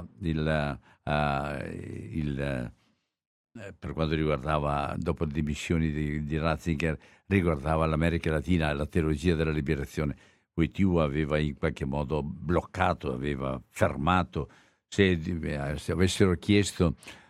per quanto riguardava, dopo le dimissioni di Ratzinger, riguardava l'America Latina e la teologia della liberazione. Wojtyła aveva in qualche modo bloccato, aveva fermato. Se avessero chiesto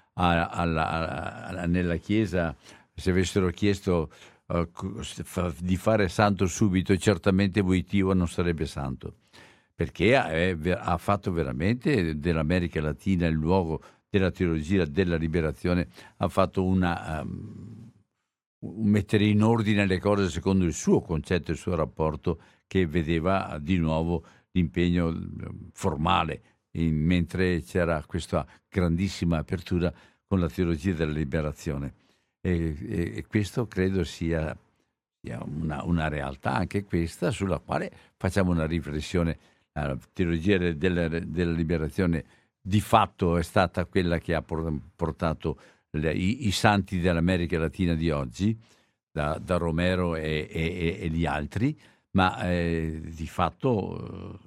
nella Chiesa, se avessero chiesto di fare santo subito, certamente Wojtyła non sarebbe santo, perché ha fatto veramente dell'America Latina il luogo della teologia della liberazione, ha fatto un mettere in ordine le cose secondo il suo concetto, il suo rapporto, che vedeva di nuovo l'impegno formale, mentre c'era questa grandissima apertura con la teologia della liberazione. E questo credo sia una realtà anche questa sulla quale facciamo una riflessione. La teologia della liberazione di fatto è stata quella che ha portato i santi dell'America Latina di oggi, da Romero e gli altri, ma di fatto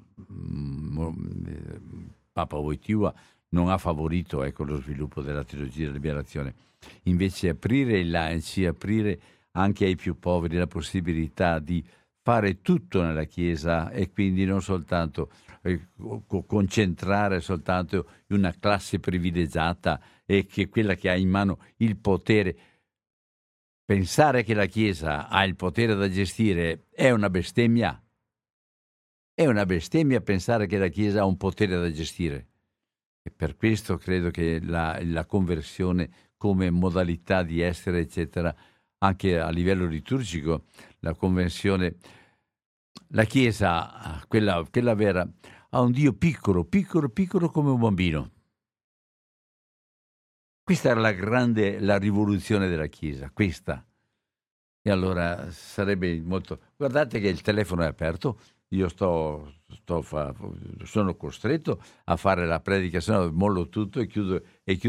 Papa Wojtyła non ha favorito lo sviluppo della teologia della liberazione. Invece aprire ai laici, aprire anche ai più poveri la possibilità di fare tutto nella Chiesa e quindi non soltanto concentrare soltanto in una classe privilegiata e che quella che ha in mano il potere. Pensare che la Chiesa ha il potere da gestire è una bestemmia. È una bestemmia pensare che la Chiesa ha un potere da gestire. E per questo credo che la conversione come modalità di essere, eccetera, anche a livello liturgico, la conversione, la Chiesa, quella vera, ha un Dio piccolo come un bambino. Questa era la rivoluzione della Chiesa, questa. E allora sarebbe molto... Guardate che il telefono è aperto, io sono costretto a fare la predica, se no mollo tutto e chiudo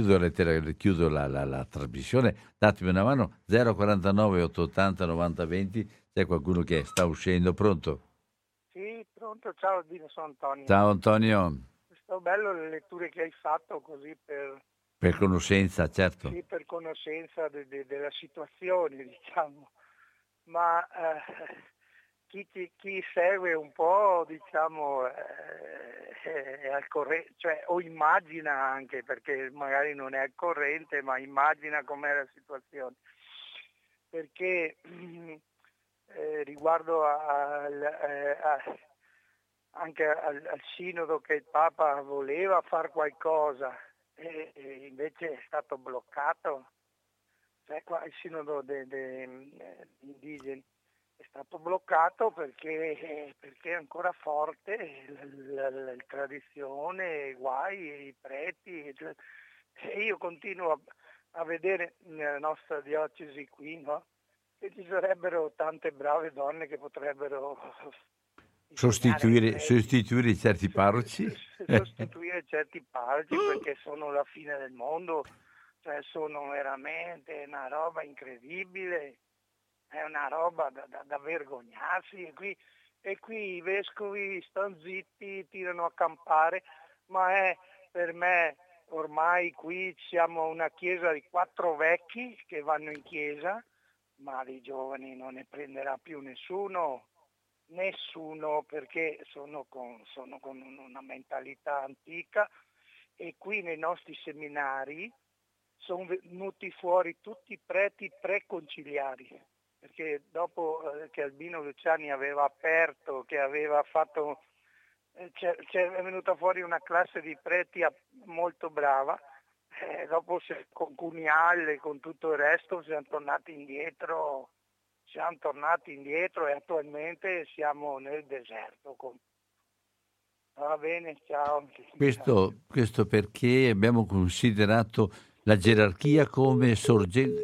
la trasmissione. Datemi una mano, 049 880 90 20, c'è qualcuno che sta uscendo, pronto? Sì, pronto, ciao Albino, sono Antonio. Ciao Antonio. Sto bello le letture che hai fatto così Per conoscenza, certo. Sì, per conoscenza della situazione, diciamo. Ma chi segue un po', diciamo, è al corrente, cioè, o immagina anche, perché magari non è al corrente, ma immagina com'è la situazione. Perché riguardo anche al sinodo che il Papa voleva fare qualcosa e invece è stato bloccato, cioè qua il sinodo degli indigeni è stato bloccato perché è ancora forte la tradizione, i guai, i preti, e io continuo a vedere nella nostra diocesi qui, no? Che ci sarebbero tante brave donne che potrebbero sostituire certi parroci. Sostituire certi parroci, perché sono la fine del mondo, cioè sono veramente una roba incredibile, è una roba da vergognarsi, e qui i vescovi stanno zitti, tirano a campare, ma per me ormai qui siamo una chiesa di 4 vecchi che vanno in chiesa, ma di giovani non ne prenderà più nessuno, perché sono con una mentalità antica, e qui nei nostri seminari sono venuti fuori tutti preti preconciliari, perché dopo che Albino Luciani aveva aperto, che aveva fatto, è venuta fuori una classe di preti molto brava, dopo con Cuniale e con tutto il resto siamo tornati indietro e attualmente siamo nel deserto. Va bene, ciao. Questo perché abbiamo considerato la gerarchia come sorgente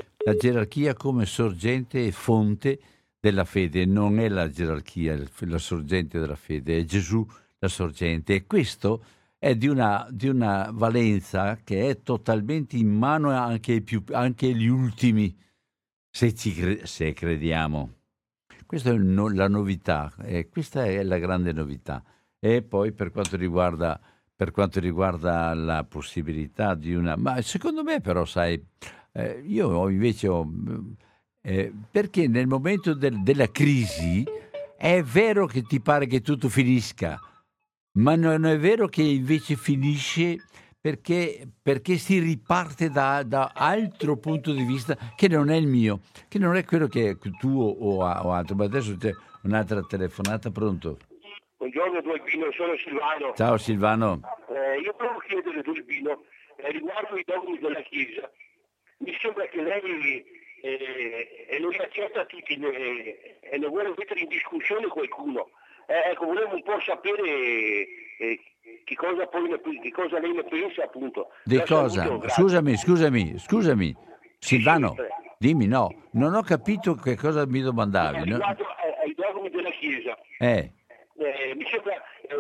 e fonte della fede. Non è la gerarchia la sorgente della fede, è Gesù la sorgente, e questo è di una valenza che è totalmente in mano anche agli ultimi, se crediamo. Questa è la novità, questa è la grande novità. E poi per quanto riguarda la possibilità di ma secondo me però, sai, io invece perché nel momento della crisi è vero che ti pare che tutto finisca, ma non è vero che invece finisce perché si riparte da altro punto di vista che non è il mio, che non è quello che è tuo o altro. Ma adesso c'è un'altra telefonata, pronto? Buongiorno Albino, sono Silvano. Ciao Silvano. Io volevo chiedere a Albino riguardo i dogmi della Chiesa. Mi sembra che lei non li accetta tutti e ne vuole mettere in discussione qualcuno. Ecco, volevo un po' sapere che cosa lei ne pensa, appunto. Di cosa? Scusami. Silvano, dimmi, no, non ho capito che cosa mi domandavi. Riguardo ai dogmi della Chiesa. Mi sembra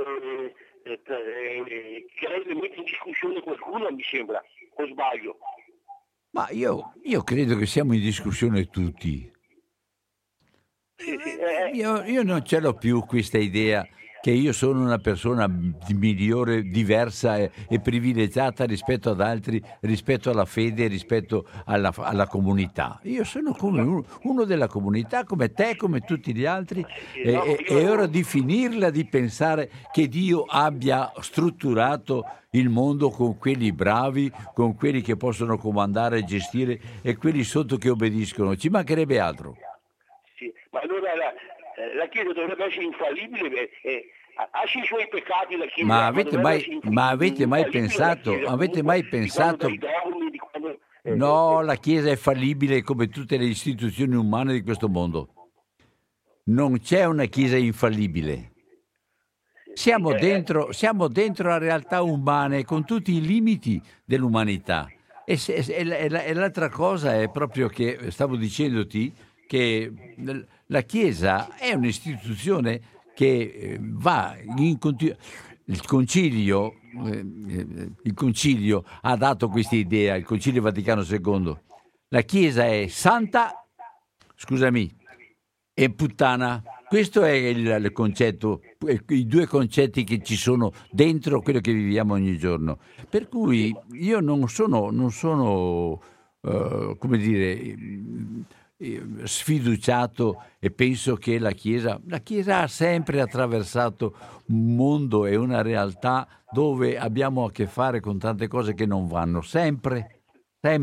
che lei mette in discussione qualcuno, mi sembra, o sbaglio? Ma io credo che siamo in discussione tutti. Io non ce l'ho più questa idea che io sono una persona migliore, diversa e privilegiata rispetto ad altri, rispetto alla fede, rispetto alla comunità. Io sono come uno della comunità, come te, come tutti gli altri, e è ora di finirla di pensare che Dio abbia strutturato il mondo con quelli bravi, con quelli che possono comandare e gestire e quelli sotto che obbediscono. Ci mancherebbe altro. Sì, ma allora la Chiesa dovrebbe essere infallibile, ha i suoi peccati la Chiesa. Ma avete mai pensato? No, la Chiesa è fallibile come tutte le istituzioni umane di questo mondo. Non c'è una Chiesa infallibile. Siamo dentro a realtà umane con tutti i limiti dell'umanità. E l'altra cosa è proprio che stavo dicendoti che la Chiesa è un'istituzione che va in il concilio ha dato questa idea, il Concilio Vaticano II. La Chiesa è santa, e puttana. Questo è il concetto, i due concetti che ci sono dentro quello che viviamo ogni giorno. Per cui io non sono come dire, sfiduciato e penso che la Chiesa ha sempre attraversato un mondo e una realtà dove abbiamo a che fare con tante cose che non vanno, sempre. Ma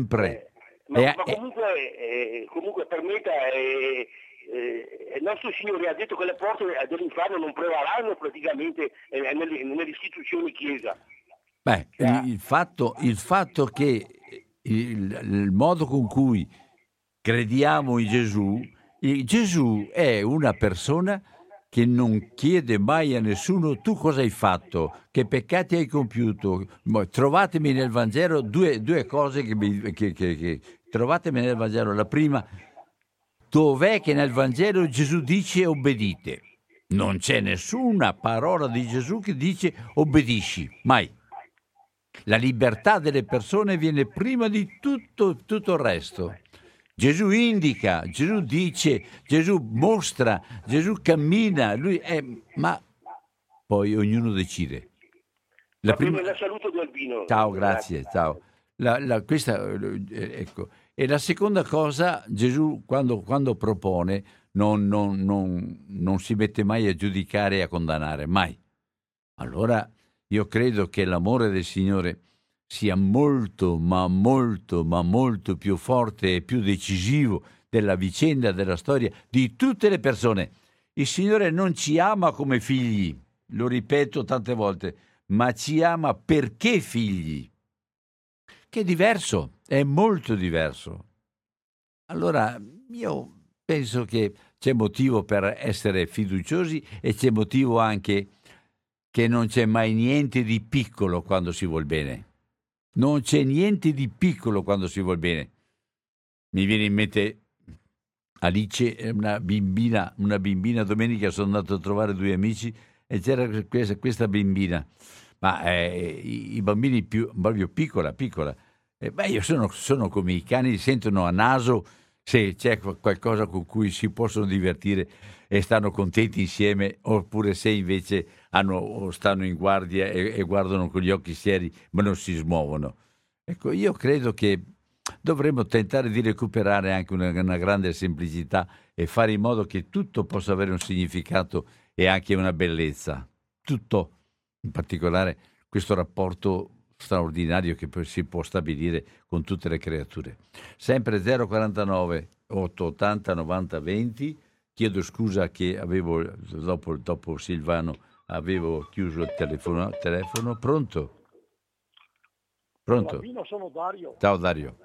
comunque permetta, il nostro Signore ha detto che le porte dell'inferno non prevaleranno praticamente nelle istituzioni Chiesa. Il fatto che il modo con cui crediamo in Gesù è una persona che non chiede mai a nessuno tu cosa hai fatto, che peccati hai compiuto. Trovatemi nel Vangelo due cose che trovatemi nel Vangelo. La prima, dov'è che nel Vangelo Gesù dice obbedite? Non c'è nessuna parola di Gesù che dice obbedisci, mai. La libertà delle persone viene prima di tutto il resto. Gesù indica, Gesù dice, Gesù mostra, Gesù cammina, ma poi ognuno decide. La saluto di Albino. Ciao, grazie, ciao. Ecco. E la seconda cosa, Gesù quando propone non si mette mai a giudicare e a condannare, mai. Allora io credo che l'amore del Signore sia molto, ma molto più forte e più decisivo della vicenda, della storia di tutte le persone. Il Signore non ci ama come figli, lo ripeto tante volte, ma ci ama perché figli, che è diverso, è molto diverso. Allora io penso che c'è motivo per essere fiduciosi e c'è motivo anche che non c'è mai niente di piccolo quando si vuol bene. Non c'è niente di piccolo quando si vuol bene. Mi viene in mente Alice, una bambina, domenica sono andato a trovare due amici e c'era questa bambina, ma i bambini proprio piccola. Io sono come i cani, sentono a naso se c'è qualcosa con cui si possono divertire e stanno contenti insieme, oppure se invece stanno in guardia e guardano con gli occhi seri ma non si smuovono. Ecco, io credo che dovremmo tentare di recuperare anche una grande semplicità e fare in modo che tutto possa avere un significato e anche una bellezza. Tutto, in particolare questo rapporto straordinario che poi si può stabilire con tutte le creature. Sempre 049 880 90 20. Chiedo scusa che avevo dopo Silvano avevo chiuso il telefono. Pronto? Albino, sono Dario. Ciao Dario.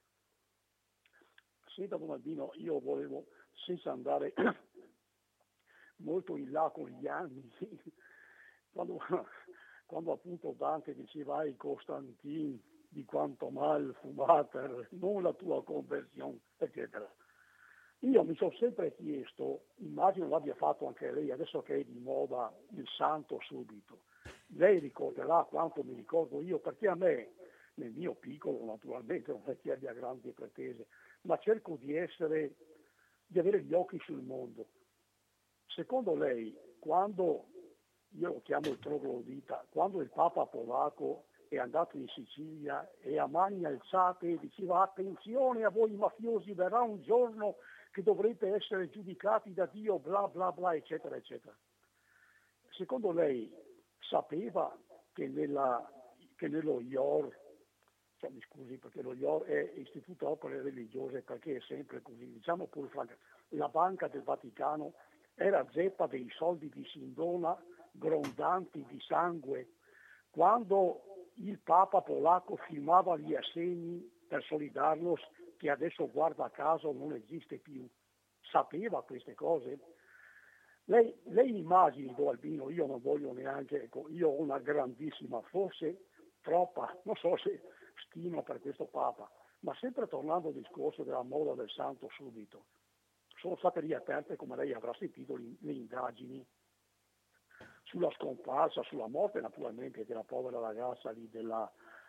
Sì, Don Albino, io volevo, senza andare molto in là con gli anni, quando appunto Dante diceva ai Costantin, di quanto mal fumater, non la tua conversione, eccetera. Io mi sono sempre chiesto, immagino l'abbia fatto anche lei, adesso che è di moda il santo subito, lei ricorderà quanto mi ricordo io, perché a me, nel mio piccolo naturalmente, non è che abbia grandi pretese, ma cerco di avere gli occhi sul mondo. Secondo lei, quando, io lo chiamo il troglodita, quando il Papa polacco è andato in Sicilia e a mani alzate diceva attenzione a voi mafiosi, verrà un giorno che dovrete essere giudicati da Dio, bla bla bla, eccetera, eccetera. Secondo lei sapeva che nello IOR, cioè, mi scusi perché lo IOR è Istituto Opere Religiose, perché è sempre così, diciamo pure franca, la Banca del Vaticano era zeppa dei soldi di Sindona, grondanti di sangue, quando il Papa polacco firmava gli assegni per Solidarnosc, che adesso guarda caso non esiste più. Sapeva queste cose? Lei immagini, Don Albino, io non voglio neanche, io ho una grandissima, forse troppa, non so se stima per questo Papa, ma sempre tornando al discorso della moda del santo subito, sono state riaperte, come lei avrà sentito, le indagini sulla scomparsa, sulla morte naturalmente della povera ragazza lì della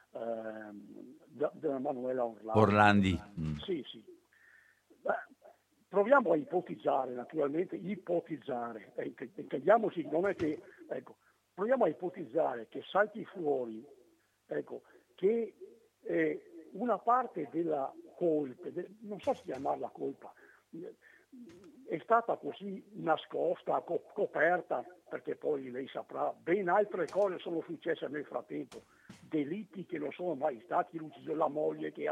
Manuela Orlandi. Sì. Proviamo a ipotizzare, naturalmente, intendiamoci, non è che, proviamo a ipotizzare che salti fuori, che una parte della colpa, non so se chiamarla colpa, è stata così nascosta, coperta, perché poi lei saprà, ben altre cose sono successe nel frattempo, delitti che non sono mai stati, l'uccisione della moglie, che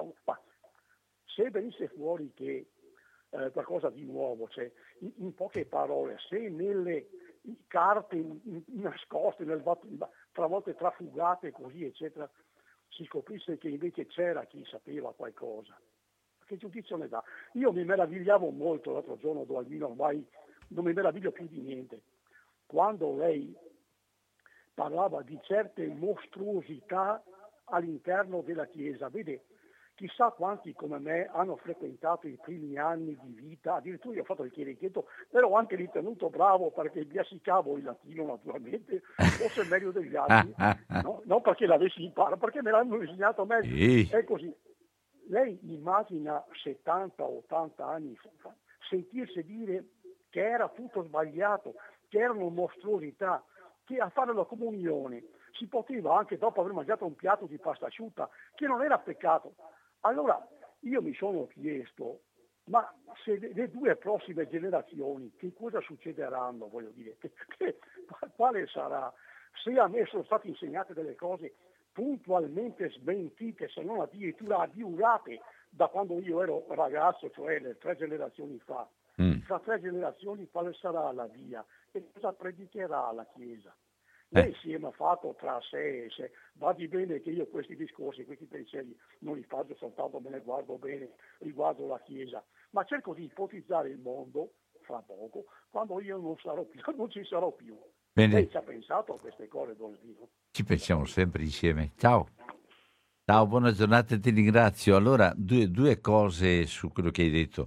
se venisse fuori che qualcosa di nuovo, cioè, in poche parole, se nelle carte nascoste, volte trafugate così, eccetera, si scoprisse che invece c'era chi sapeva qualcosa, che giudizio ne dà? Io mi meravigliavo molto l'altro giorno, Don Albino, ormai non mi meraviglio più di niente, quando lei parlava di certe mostruosità all'interno della Chiesa. Vede, chissà quanti come me hanno frequentato i primi anni di vita, addirittura io ho fatto il chierichetto, però ho anche ritenuto bravo perché biasicavo il latino naturalmente, forse meglio degli altri, no? Non perché l'avessi imparato, perché me l'hanno insegnato meglio, è così. Lei immagina 70-80 anni fa sentirsi dire che era tutto sbagliato, che erano mostruosità, che a fare la comunione si poteva anche dopo aver mangiato un piatto di pasta asciutta, che non era peccato. Allora io mi sono chiesto, ma se le due prossime generazioni, che cosa succederanno, voglio dire, quale sarà? Se a me sono state insegnate delle cose puntualmente smentite, se non addirittura adiurate da quando io ero ragazzo, cioè 3 generazioni fa. Fra 3 generazioni quale sarà la via e cosa predicherà la Chiesa? Lei si è fatto tra sé e sé. Vadi bene che io questi discorsi, questi pensieri non li faccio soltanto, me ne guardo bene riguardo la Chiesa, ma cerco di ipotizzare il mondo fra poco, quando io non ci sarò più. Bene. Lei ci ha pensato a queste cose, Don Albino? Ci pensiamo sempre insieme. Ciao, buona giornata e ti ringrazio. Allora, due cose su quello che hai detto.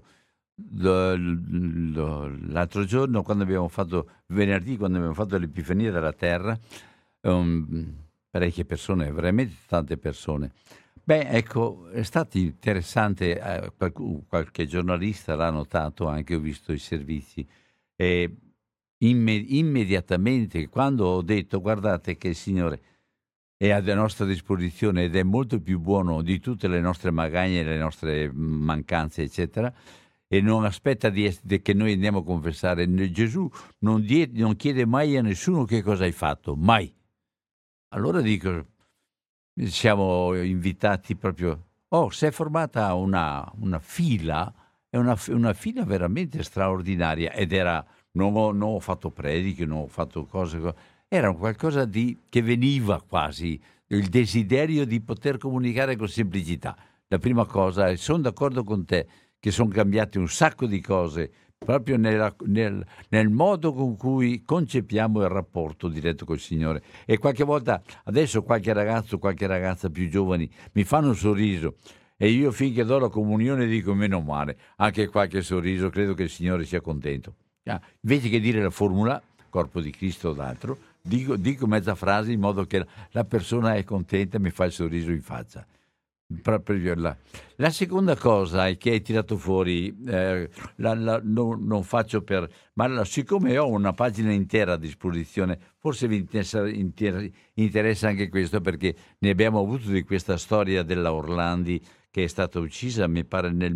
L'altro giorno, venerdì, quando abbiamo fatto l'Epifania della Terra, parecchie persone, veramente tante persone. Ecco, è stato interessante, qualche giornalista l'ha notato, anche ho visto i servizi, e immediatamente quando ho detto guardate che il Signore è a nostra disposizione ed è molto più buono di tutte le nostre magagne, le nostre mancanze, eccetera, e non aspetta che noi andiamo a confessare. Gesù non chiede mai a nessuno che cosa hai fatto, mai. Allora dico, siamo invitati proprio. Si è formata una fila, è una fila veramente straordinaria, ed era, non ho fatto prediche, non ho fatto cose, era qualcosa che veniva quasi, il desiderio di poter comunicare con semplicità. La prima cosa, sono d'accordo con te, che sono cambiate un sacco di cose proprio nel modo con cui concepiamo il rapporto diretto col Signore. E qualche volta, adesso qualche ragazzo, qualche ragazza più giovani mi fanno un sorriso e io finché do la comunione dico meno male, anche qualche sorriso, credo che il Signore sia contento. Invece che dire la formula, corpo di Cristo o d'altro, dico mezza frase in modo che la persona è contenta e mi fa il sorriso in faccia. Proprio la seconda cosa è che hai tirato fuori, non faccio per, ma siccome ho una pagina intera a disposizione, forse vi interessa anche questo, perché ne abbiamo avuto di questa storia della Orlandi che è stata uccisa, mi pare nel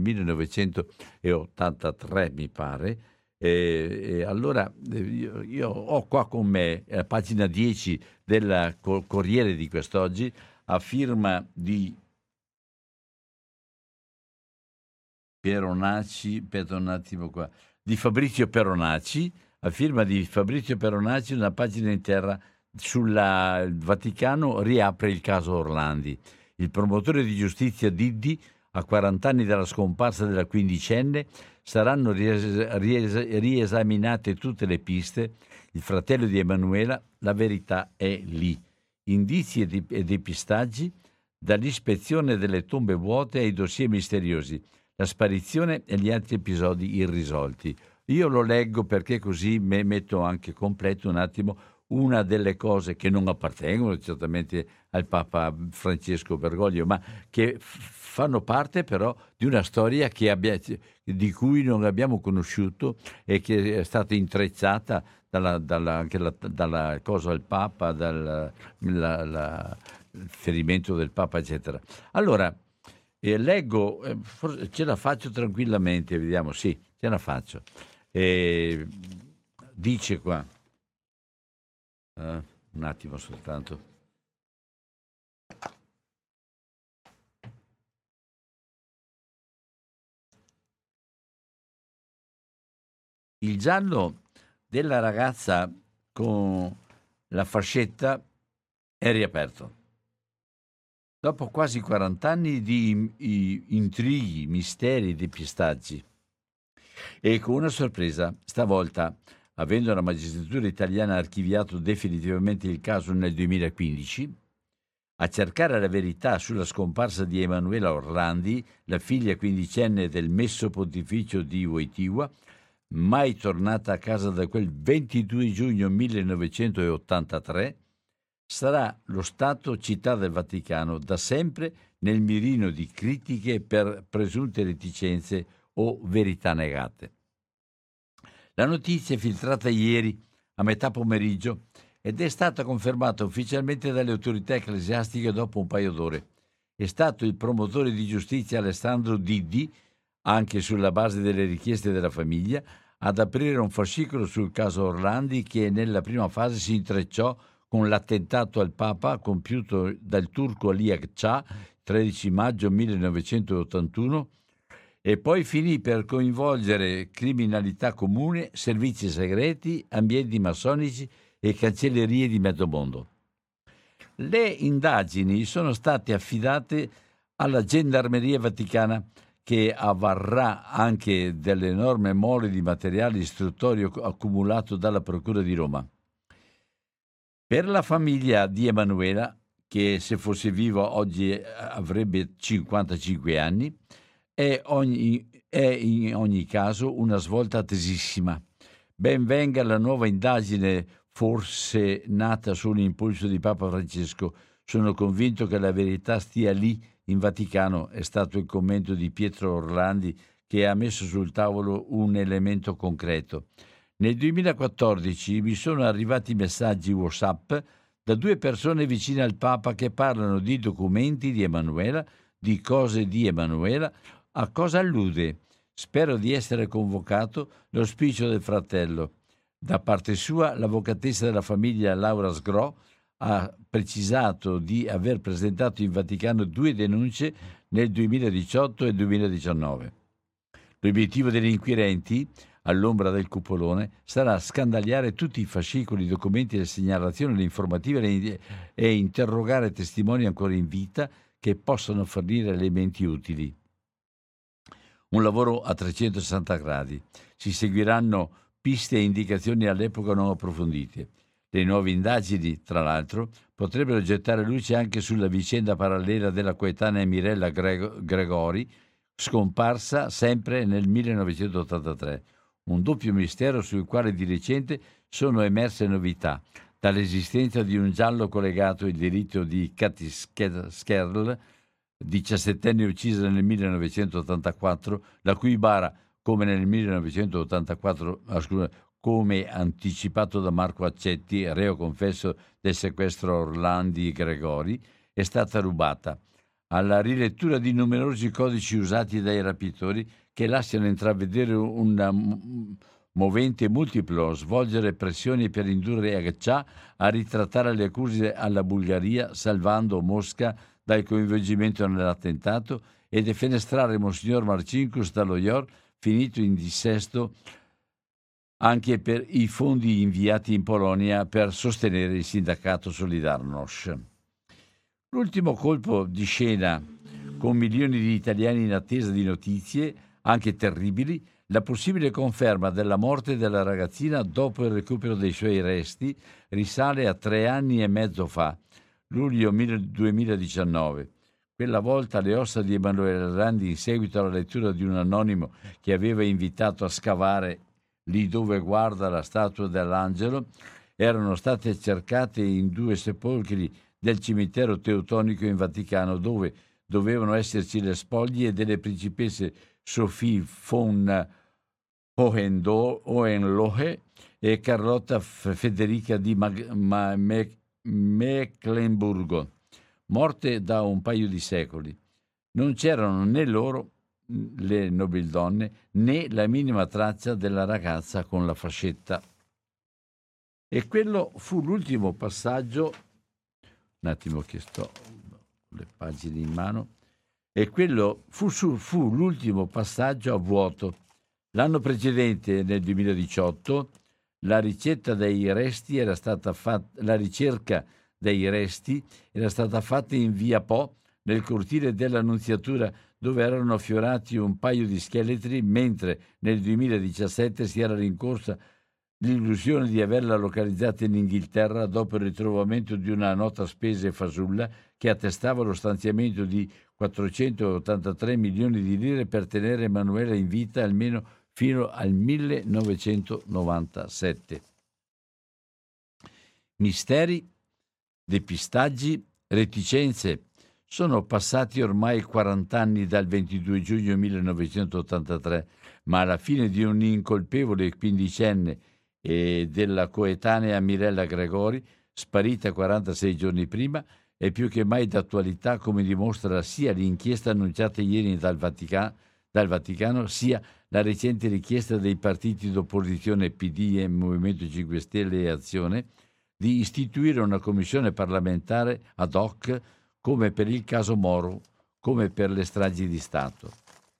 1983, mi pare. E allora io ho qua con me la pagina 10 del Corriere di quest'oggi a firma di Peronacci, aspetta un attimo qua, di Fabrizio Peronacci, a firma di Fabrizio Peronacci, una pagina intera sulla il Vaticano riapre il caso Orlandi. Il promotore di giustizia Diddi, a 40 anni dalla scomparsa della quindicenne, saranno riesaminate tutte le piste. Il fratello di Emanuela, la verità è lì. Indizi e depistaggi, dall'ispezione delle tombe vuote ai dossier misteriosi, la sparizione e gli altri episodi irrisolti. Io lo leggo perché così metto anche completo un attimo una delle cose che non appartengono certamente al Papa Francesco Bergoglio, ma che fanno parte però di una storia di cui non abbiamo conosciuto e che è stata intrecciata dalla cosa al Papa, dal ferimento del Papa, eccetera. Allora, leggo, ce la faccio tranquillamente, vediamo, sì, ce la faccio. Dice qua, un attimo soltanto. Il giallo della ragazza con la fascetta è riaperto. Dopo quasi 40 anni di intrighi, misteri e depistaggi. E con una sorpresa, stavolta, avendo la magistratura italiana archiviato definitivamente il caso nel 2015, a cercare la verità sulla scomparsa di Emanuela Orlandi, la figlia quindicenne del messo pontificio di Wojtyła, mai tornata a casa da quel 22 giugno 1983, sarà lo Stato città del Vaticano da sempre nel mirino di critiche per presunte reticenze o verità negate. La notizia è filtrata ieri a metà pomeriggio ed è stata confermata ufficialmente dalle autorità ecclesiastiche dopo un paio d'ore. È stato il promotore di giustizia Alessandro Diddi, anche sulla base delle richieste della famiglia, ad aprire un fascicolo sul caso Orlandi che nella prima fase si intrecciò con l'attentato al Papa compiuto dal turco Ali Akçaa 13 maggio 1981 e poi finì per coinvolgere criminalità comune, servizi segreti, ambienti massonici e cancellerie di mezzo mondo. Le indagini sono state affidate alla Gendarmeria Vaticana, che avvarrà anche dell'enorme mole di materiale istruttorio accumulato dalla Procura di Roma. Per la famiglia di Emanuela, che se fosse viva oggi avrebbe 55 anni, è in ogni caso una svolta attesissima. Ben venga la nuova indagine, forse nata su un impulso di Papa Francesco. Sono convinto che la verità stia lì in Vaticano, è stato il commento di Pietro Orlandi, che ha messo sul tavolo un elemento concreto. Nel 2014 mi sono arrivati messaggi WhatsApp da 2 persone vicine al Papa che parlano di documenti di Emanuela, di cose di Emanuela. A cosa allude? Spero di essere convocato, l'auspicio del fratello. Da parte sua, l'avvocatessa della famiglia Laura Sgro ha precisato di aver presentato in Vaticano 2 denunce nel 2018 e 2019. L'obiettivo degli inquirenti, all'ombra del cupolone, sarà scandagliare tutti i fascicoli, documenti, le segnalazioni, le informative e interrogare testimoni ancora in vita che possano fornire elementi utili. Un lavoro a 360 gradi. Si seguiranno piste e indicazioni all'epoca non approfondite. Le nuove indagini, tra l'altro, potrebbero gettare luce anche sulla vicenda parallela della coetanea Mirella Gregori, scomparsa sempre nel 1983. Un doppio mistero sul quale di recente sono emerse novità, dall'esistenza di un giallo collegato al delitto di Katy Skerl, 17enne uccisa nel 1984, la cui bara, come nel 1984, come anticipato da Marco Accetti, reo confesso del sequestro Orlandi Gregori, è stata rubata. Alla rilettura di numerosi codici usati dai rapitori che lasciano intravedere un movente multiplo, svolgere pressioni per indurre Agca a ritrattare le accuse alla Bulgaria, salvando Mosca dal coinvolgimento nell'attentato, e defenestrare Monsignor Marcinkus dallo IOR, finito in dissesto anche per i fondi inviati in Polonia per sostenere il sindacato Solidarność. L'ultimo colpo di scena, con milioni di italiani in attesa di notizie, anche terribili, la possibile conferma della morte della ragazzina dopo il recupero dei suoi resti, risale a 3 anni e mezzo fa, luglio 2019. Quella volta le ossa di Emanuele Orlandi, in seguito alla lettura di un anonimo che aveva invitato a scavare lì dove guarda la statua dell'angelo, erano state cercate in 2 sepolcri del cimitero teutonico in Vaticano, dove dovevano esserci le spoglie delle principesse Sophie von Hohenlohe e Carlotta Federica di Mecklenburgo, morte da un paio di secoli. Non c'erano né loro, le nobildonne, né la minima traccia della ragazza con la fascetta. E quello fu l'ultimo passaggio, un attimo che sto con le pagine in mano, e quello fu l'ultimo passaggio a vuoto. L'anno precedente, nel 2018, la ricerca dei resti era stata fatta in via Po, nel cortile dell'Annunziatura, dove erano affiorati un paio di scheletri, mentre nel 2017 si era rincorsa l'illusione di averla localizzata in Inghilterra dopo il ritrovamento di una nota spese fasulla che attestava lo stanziamento di 483 milioni di lire per tenere Emanuela in vita almeno fino al 1997. Misteri, depistaggi, reticenze. Sono passati ormai 40 anni dal 22 giugno 1983, ma alla fine di un incolpevole quindicenne e della coetanea Mirella Gregori, sparita 46 giorni prima, è più che mai d'attualità, come dimostra sia l'inchiesta annunciata ieri dal Vaticano, sia la recente richiesta dei partiti d'opposizione PD e Movimento 5 Stelle e Azione di istituire una commissione parlamentare ad hoc come per il caso Moro, come per le stragi di Stato.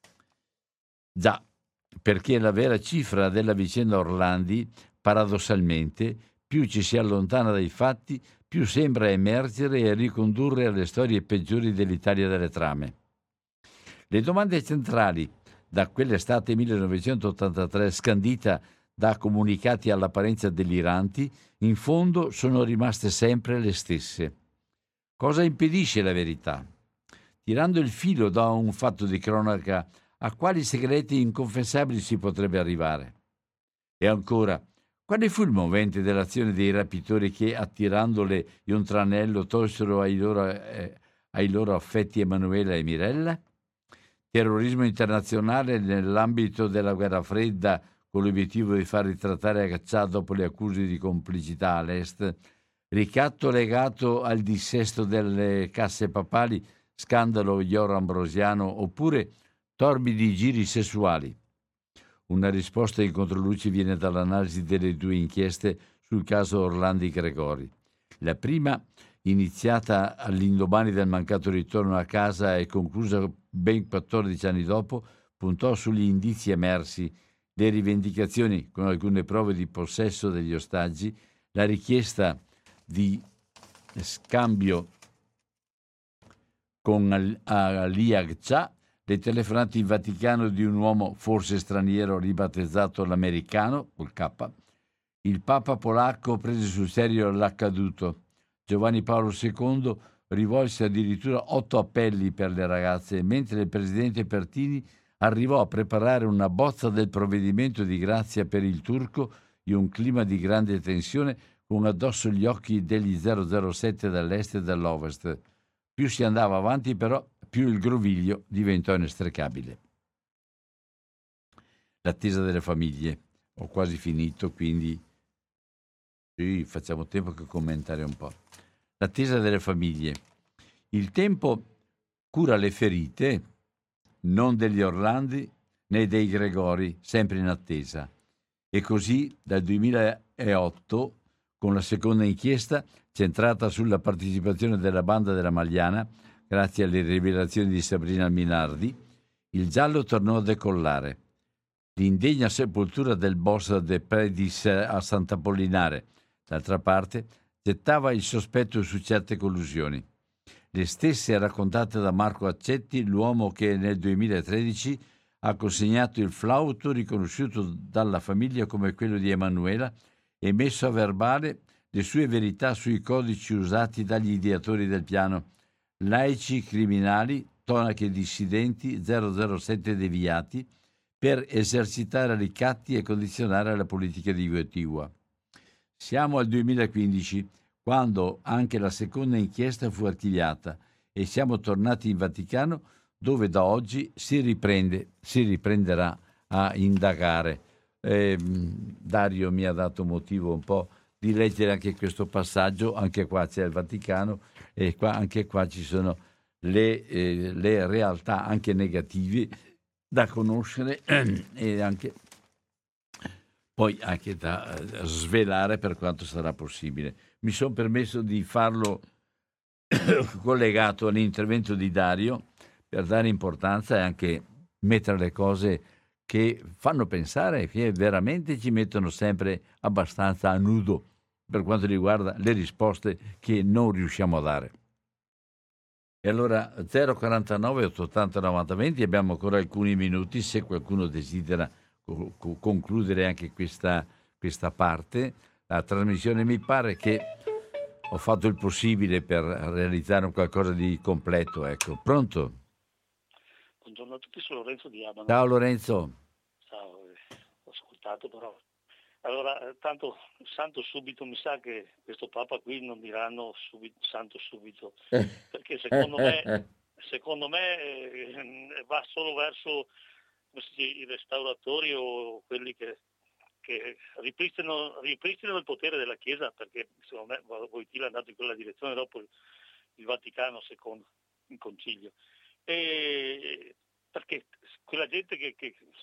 Già, perché la vera cifra della vicenda Orlandi, paradossalmente, più ci si allontana dai fatti, più sembra emergere e ricondurre alle storie peggiori dell'Italia delle trame. Le domande centrali, da quell'estate 1983 scandita da comunicati all'apparenza deliranti, in fondo sono rimaste sempre le stesse. Cosa impedisce la verità? Tirando il filo da un fatto di cronaca, a quali segreti inconfessabili si potrebbe arrivare? E ancora, quale fu il movente dell'azione dei rapitori che, attirandole di un tranello, tolsero ai loro affetti Emanuela e Mirella? Terrorismo internazionale nell'ambito della guerra fredda, con l'obiettivo di far ritrattare Agca dopo le accuse di complicità all'est? Ricatto legato al dissesto delle casse papali, scandalo Ioro Ambrosiano, oppure torbidi giri sessuali? Una risposta in controluce viene dall'analisi delle 2 inchieste sul caso Orlandi Gregori. La prima, iniziata all'indomani del mancato ritorno a casa e conclusa ben 14 anni dopo, puntò sugli indizi emersi, le rivendicazioni con alcune prove di possesso degli ostaggi, la richiesta di scambio con Ali Agca, le telefonate in Vaticano di un uomo forse straniero ribattezzato l'americano, col K, il Papa polacco prese sul serio l'accaduto. Giovanni Paolo II rivolse addirittura 8 appelli per le ragazze, mentre il presidente Pertini arrivò a preparare una bozza del provvedimento di grazia per il turco in un clima di grande tensione, con addosso gli occhi degli 007 dall'est e dall'ovest. Più si andava avanti, però, più il groviglio diventò inestricabile. L'attesa delle famiglie. Ho quasi finito, quindi sì, facciamo tempo che commentare un po'. L'attesa delle famiglie. Il tempo cura le ferite, non degli Orlandi né dei Gregori, sempre in attesa. E così dal 2008, con la seconda inchiesta centrata sulla partecipazione della banda della Magliana, grazie alle rivelazioni di Sabrina Minardi, il giallo tornò a decollare. L'indegna sepoltura del boss de Predis a Sant'Apollinare, d'altra parte, gettava il sospetto su certe collusioni. Le stesse raccontate da Marco Accetti, l'uomo che nel 2013 ha consegnato il flauto riconosciuto dalla famiglia come quello di Emanuela e messo a verbale le sue verità sui codici usati dagli ideatori del piano: laici criminali, tonache dissidenti, 007 deviati, per esercitare ricatti e condizionare la politica di Wettigua. Siamo al 2015, quando anche la seconda inchiesta fu archiviata, e siamo tornati in Vaticano, dove da oggi si riprenderà a indagare. Dario mi ha dato motivo un po' di leggere anche questo passaggio. Anche qua c'è il Vaticano e anche qua ci sono le realtà anche negative da conoscere e anche poi anche da svelare per quanto sarà possibile. Mi sono permesso di farlo collegato all'intervento di Dario per dare importanza e anche mettere le cose che fanno pensare, che veramente ci mettono sempre abbastanza a nudo per quanto riguarda le risposte che non riusciamo a dare. E allora 049 880 90 20, abbiamo ancora alcuni minuti se qualcuno desidera concludere anche questa parte. La trasmissione, mi pare che ho fatto il possibile per realizzare un qualcosa di completo. Ecco, pronto? Buongiorno a tutti, sono Lorenzo di Abano. Ciao Lorenzo. Ciao, ho ascoltato però. Allora, tanto santo subito, mi sa che questo Papa qui non diranno santo subito, perché secondo me va solo verso i restauratori o quelli che ripristinano il potere della Chiesa, perché secondo me Wojtyla è andato in quella direzione dopo il Vaticano II, in concilio. E perché quella gente che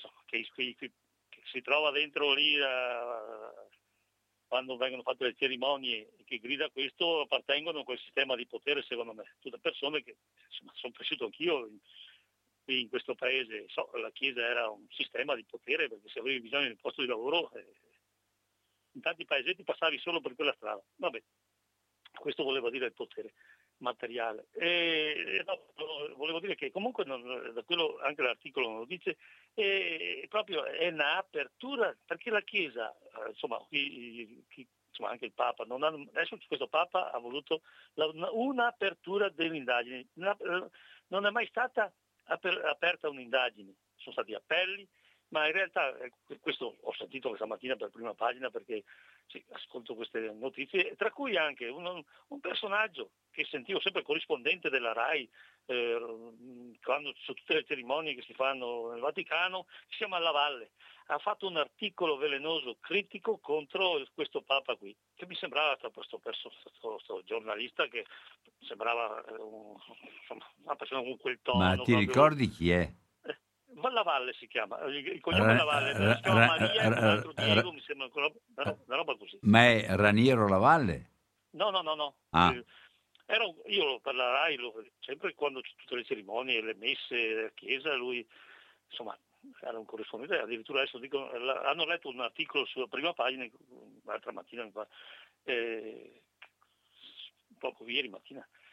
si trova dentro lì quando vengono fatte le cerimonie e che grida questo, appartengono a quel sistema di potere, secondo me. Tutte persone che, insomma, sono cresciuto anch'io qui in questo paese, la Chiesa era un sistema di potere, perché se avevi bisogno di un posto di lavoro in tanti paesetti passavi solo per quella strada. Vabbè, questo voleva dire il potere materiale. Volevo dire che comunque da quello anche l'articolo non lo dice, proprio è un'apertura, perché la Chiesa, insomma, insomma anche il Papa, adesso questo Papa ha voluto un'apertura delle indagini. Non è mai stata aperta un'indagine, sono stati appelli, ma in realtà questo ho sentito questa mattina per prima pagina, perché ascolto queste notizie, tra cui anche un personaggio che sentivo sempre corrispondente della RAI quando su tutte le cerimonie che si fanno nel Vaticano, si chiama Lavalle, ha fatto un articolo velenoso critico contro questo Papa qui, che mi sembrava questo giornalista che sembrava una persona con quel tono. Ma ti ricordi chi è? Lavalle si chiama, il cognome è Lavalle, si chiama Maria, un altro Diego, mi sembra una roba così. Ma è Raniero Lavalle? No. Ah. Io per la RAI, sempre quando c'è tutte le cerimonie, le messe della Chiesa, lui insomma era un corrispondente, addirittura adesso hanno letto un articolo sulla prima pagina l'altra mattina, proprio ieri mattina,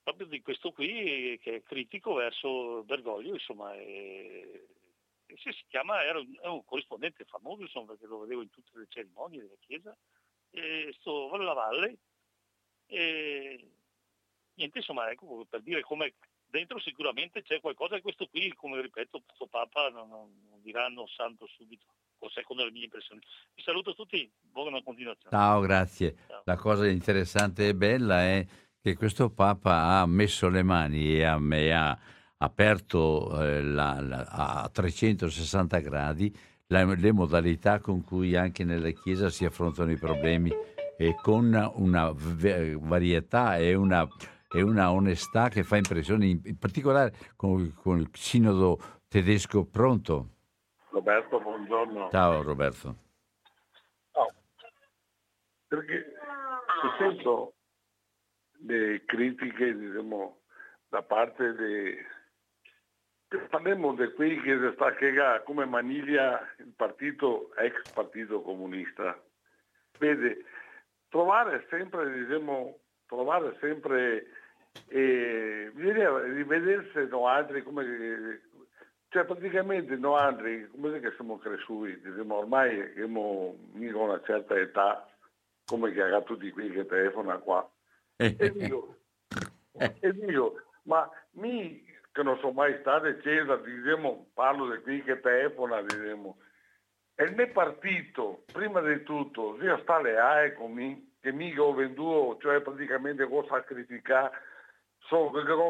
proprio di questo qui che è critico verso Bergoglio, insomma, si chiama, è un corrispondente famoso, insomma, perché lo vedevo in tutte le cerimonie della Chiesa, e sto Valle Valle, e niente, insomma, ecco, per dire come dentro sicuramente c'è qualcosa, e questo qui, come ripeto, questo Papa non diranno santo subito, o secondo le mie impressioni. Vi saluto tutti, buona continuazione. Ciao, grazie. Ciao. La cosa interessante e bella è che questo Papa ha messo le mani e ha aperto a 360 gradi le modalità con cui anche nella Chiesa si affrontano i problemi, e con una varietà e una onestà che fa impressione, in particolare con il sinodo tedesco. Pronto? Roberto, buongiorno. Ciao Roberto. Ciao. Perché sento le critiche, diciamo, da parte parliamo di quelli che si sta chiegando come maniglia il partito, ex partito comunista. Vede, trovare sempre bisogna rivedersi noi altri come, cioè praticamente noi altri come che siamo cresciuti, diciamo, ormai abbiamo mica una certa età, come che ha tutti quelli che telefonano qua. E dico, ma mi che non sono mai stato in Chiesa, diciamo, parlo di quelli che telefonano, diciamo, e il mio partito, prima di tutto, io sta leale con me, che mica ho venduto, cioè praticamente ho sacrificato, che ho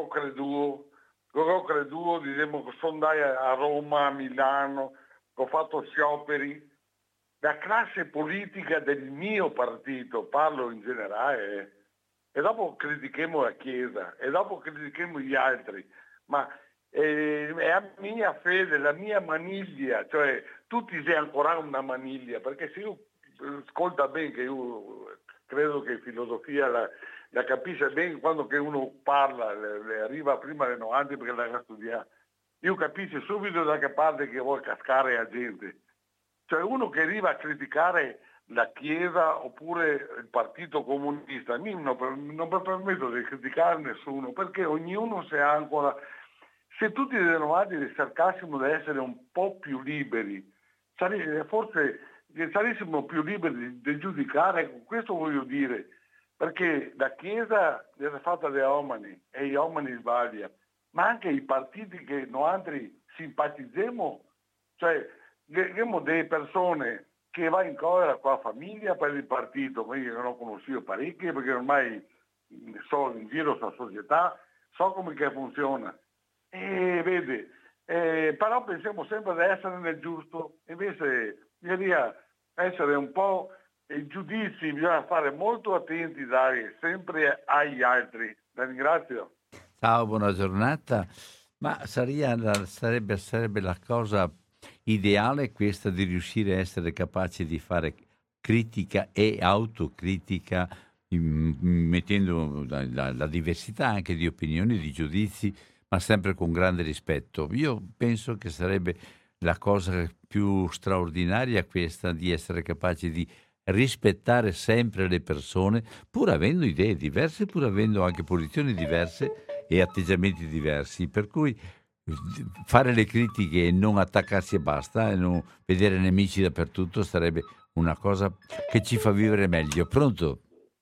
creduto, diciamo, che sono andato a Roma, a Milano, ho fatto scioperi. La classe politica del mio partito, parlo in generale, e dopo critichiamo la Chiesa, e dopo critichiamo gli altri, ma è la mia fede, la mia maniglia, cioè tutti sei ancora una maniglia, perché se io ascolta bene, che io credo che filosofia la capisce bene quando che uno parla, le arriva prima dei 90 perché l'ha studiato, io capisco subito da che parte che vuole cascare la gente. Cioè uno che arriva a criticare la Chiesa oppure il Partito Comunista, a me non mi permetto di criticare nessuno, perché ognuno si ha ancora. Se tutti i rinnovati cercassimo di essere un po' più liberi, forse sarissimo più liberi di giudicare, questo voglio dire, perché la Chiesa è fatta da uomini e gli uomini sbagliano, ma anche i partiti che noi altri simpatizziamo, cioè abbiamo delle persone che va in collera con la famiglia per il partito, quindi non ho conosciuto parecchie perché ormai sono in giro sulla società, so come che funziona. E vede, però pensiamo sempre di essere nel giusto, invece bisogna essere un po' i giudizi, bisogna stare molto attenti, dare sempre agli altri. La ringrazio. Ciao, buona giornata. Ma sarebbe la cosa ideale questa di riuscire a essere capaci di fare critica e autocritica, mettendo la diversità anche di opinioni, di giudizi, ma sempre con grande rispetto. Io penso che sarebbe la cosa più straordinaria questa, di essere capaci di rispettare sempre le persone, pur avendo idee diverse, pur avendo anche posizioni diverse e atteggiamenti diversi, per cui fare le critiche e non attaccarsi e basta, e non vedere nemici dappertutto, sarebbe una cosa che ci fa vivere meglio. Pronto?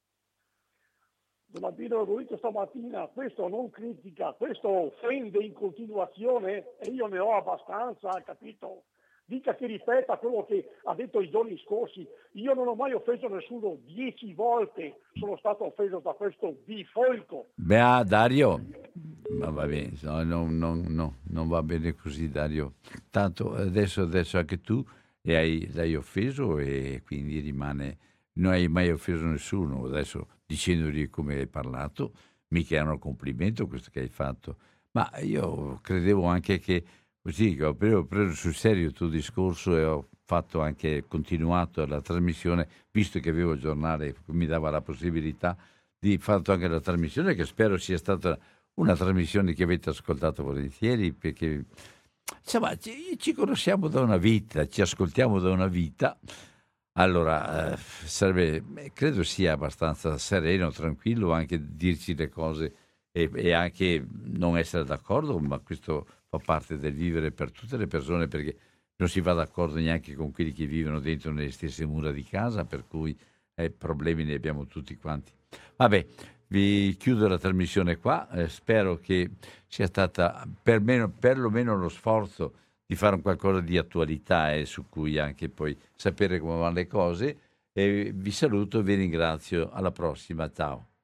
Domattina l'ho detto stamattina, questo non critica, questo offende in continuazione e io ne ho abbastanza, capito? Dica che ripeta quello che ha detto i giorni scorsi. Io non ho mai offeso nessuno, 10 volte sono stato offeso da questo bifolco. Beh, Dario, ma va bene, no, non va bene così, Dario. Tanto adesso anche tu l'hai offeso e quindi rimane. Non hai mai offeso nessuno, adesso dicendogli come hai parlato, mica è un complimento questo che hai fatto. Ma io credevo anche che così, ho preso sul serio il tuo discorso e ho fatto anche, continuato la trasmissione, visto che avevo il giornale che mi dava la possibilità di fare anche la trasmissione, che spero sia stata una trasmissione che avete ascoltato volentieri, perché insomma ci conosciamo da una vita, ci ascoltiamo da una vita. Allora, credo sia abbastanza sereno, tranquillo anche dirci le cose e anche non essere d'accordo, ma questo fa parte del vivere per tutte le persone, perché non si va d'accordo neanche con quelli che vivono dentro le stesse mura di casa, per cui problemi ne abbiamo tutti quanti. Vabbè, vi chiudo la trasmissione qua, spero che sia stata perlomeno lo sforzo di fare un qualcosa di attualità e su cui anche poi sapere come vanno le cose. Vi saluto e vi ringrazio. Alla prossima, ciao.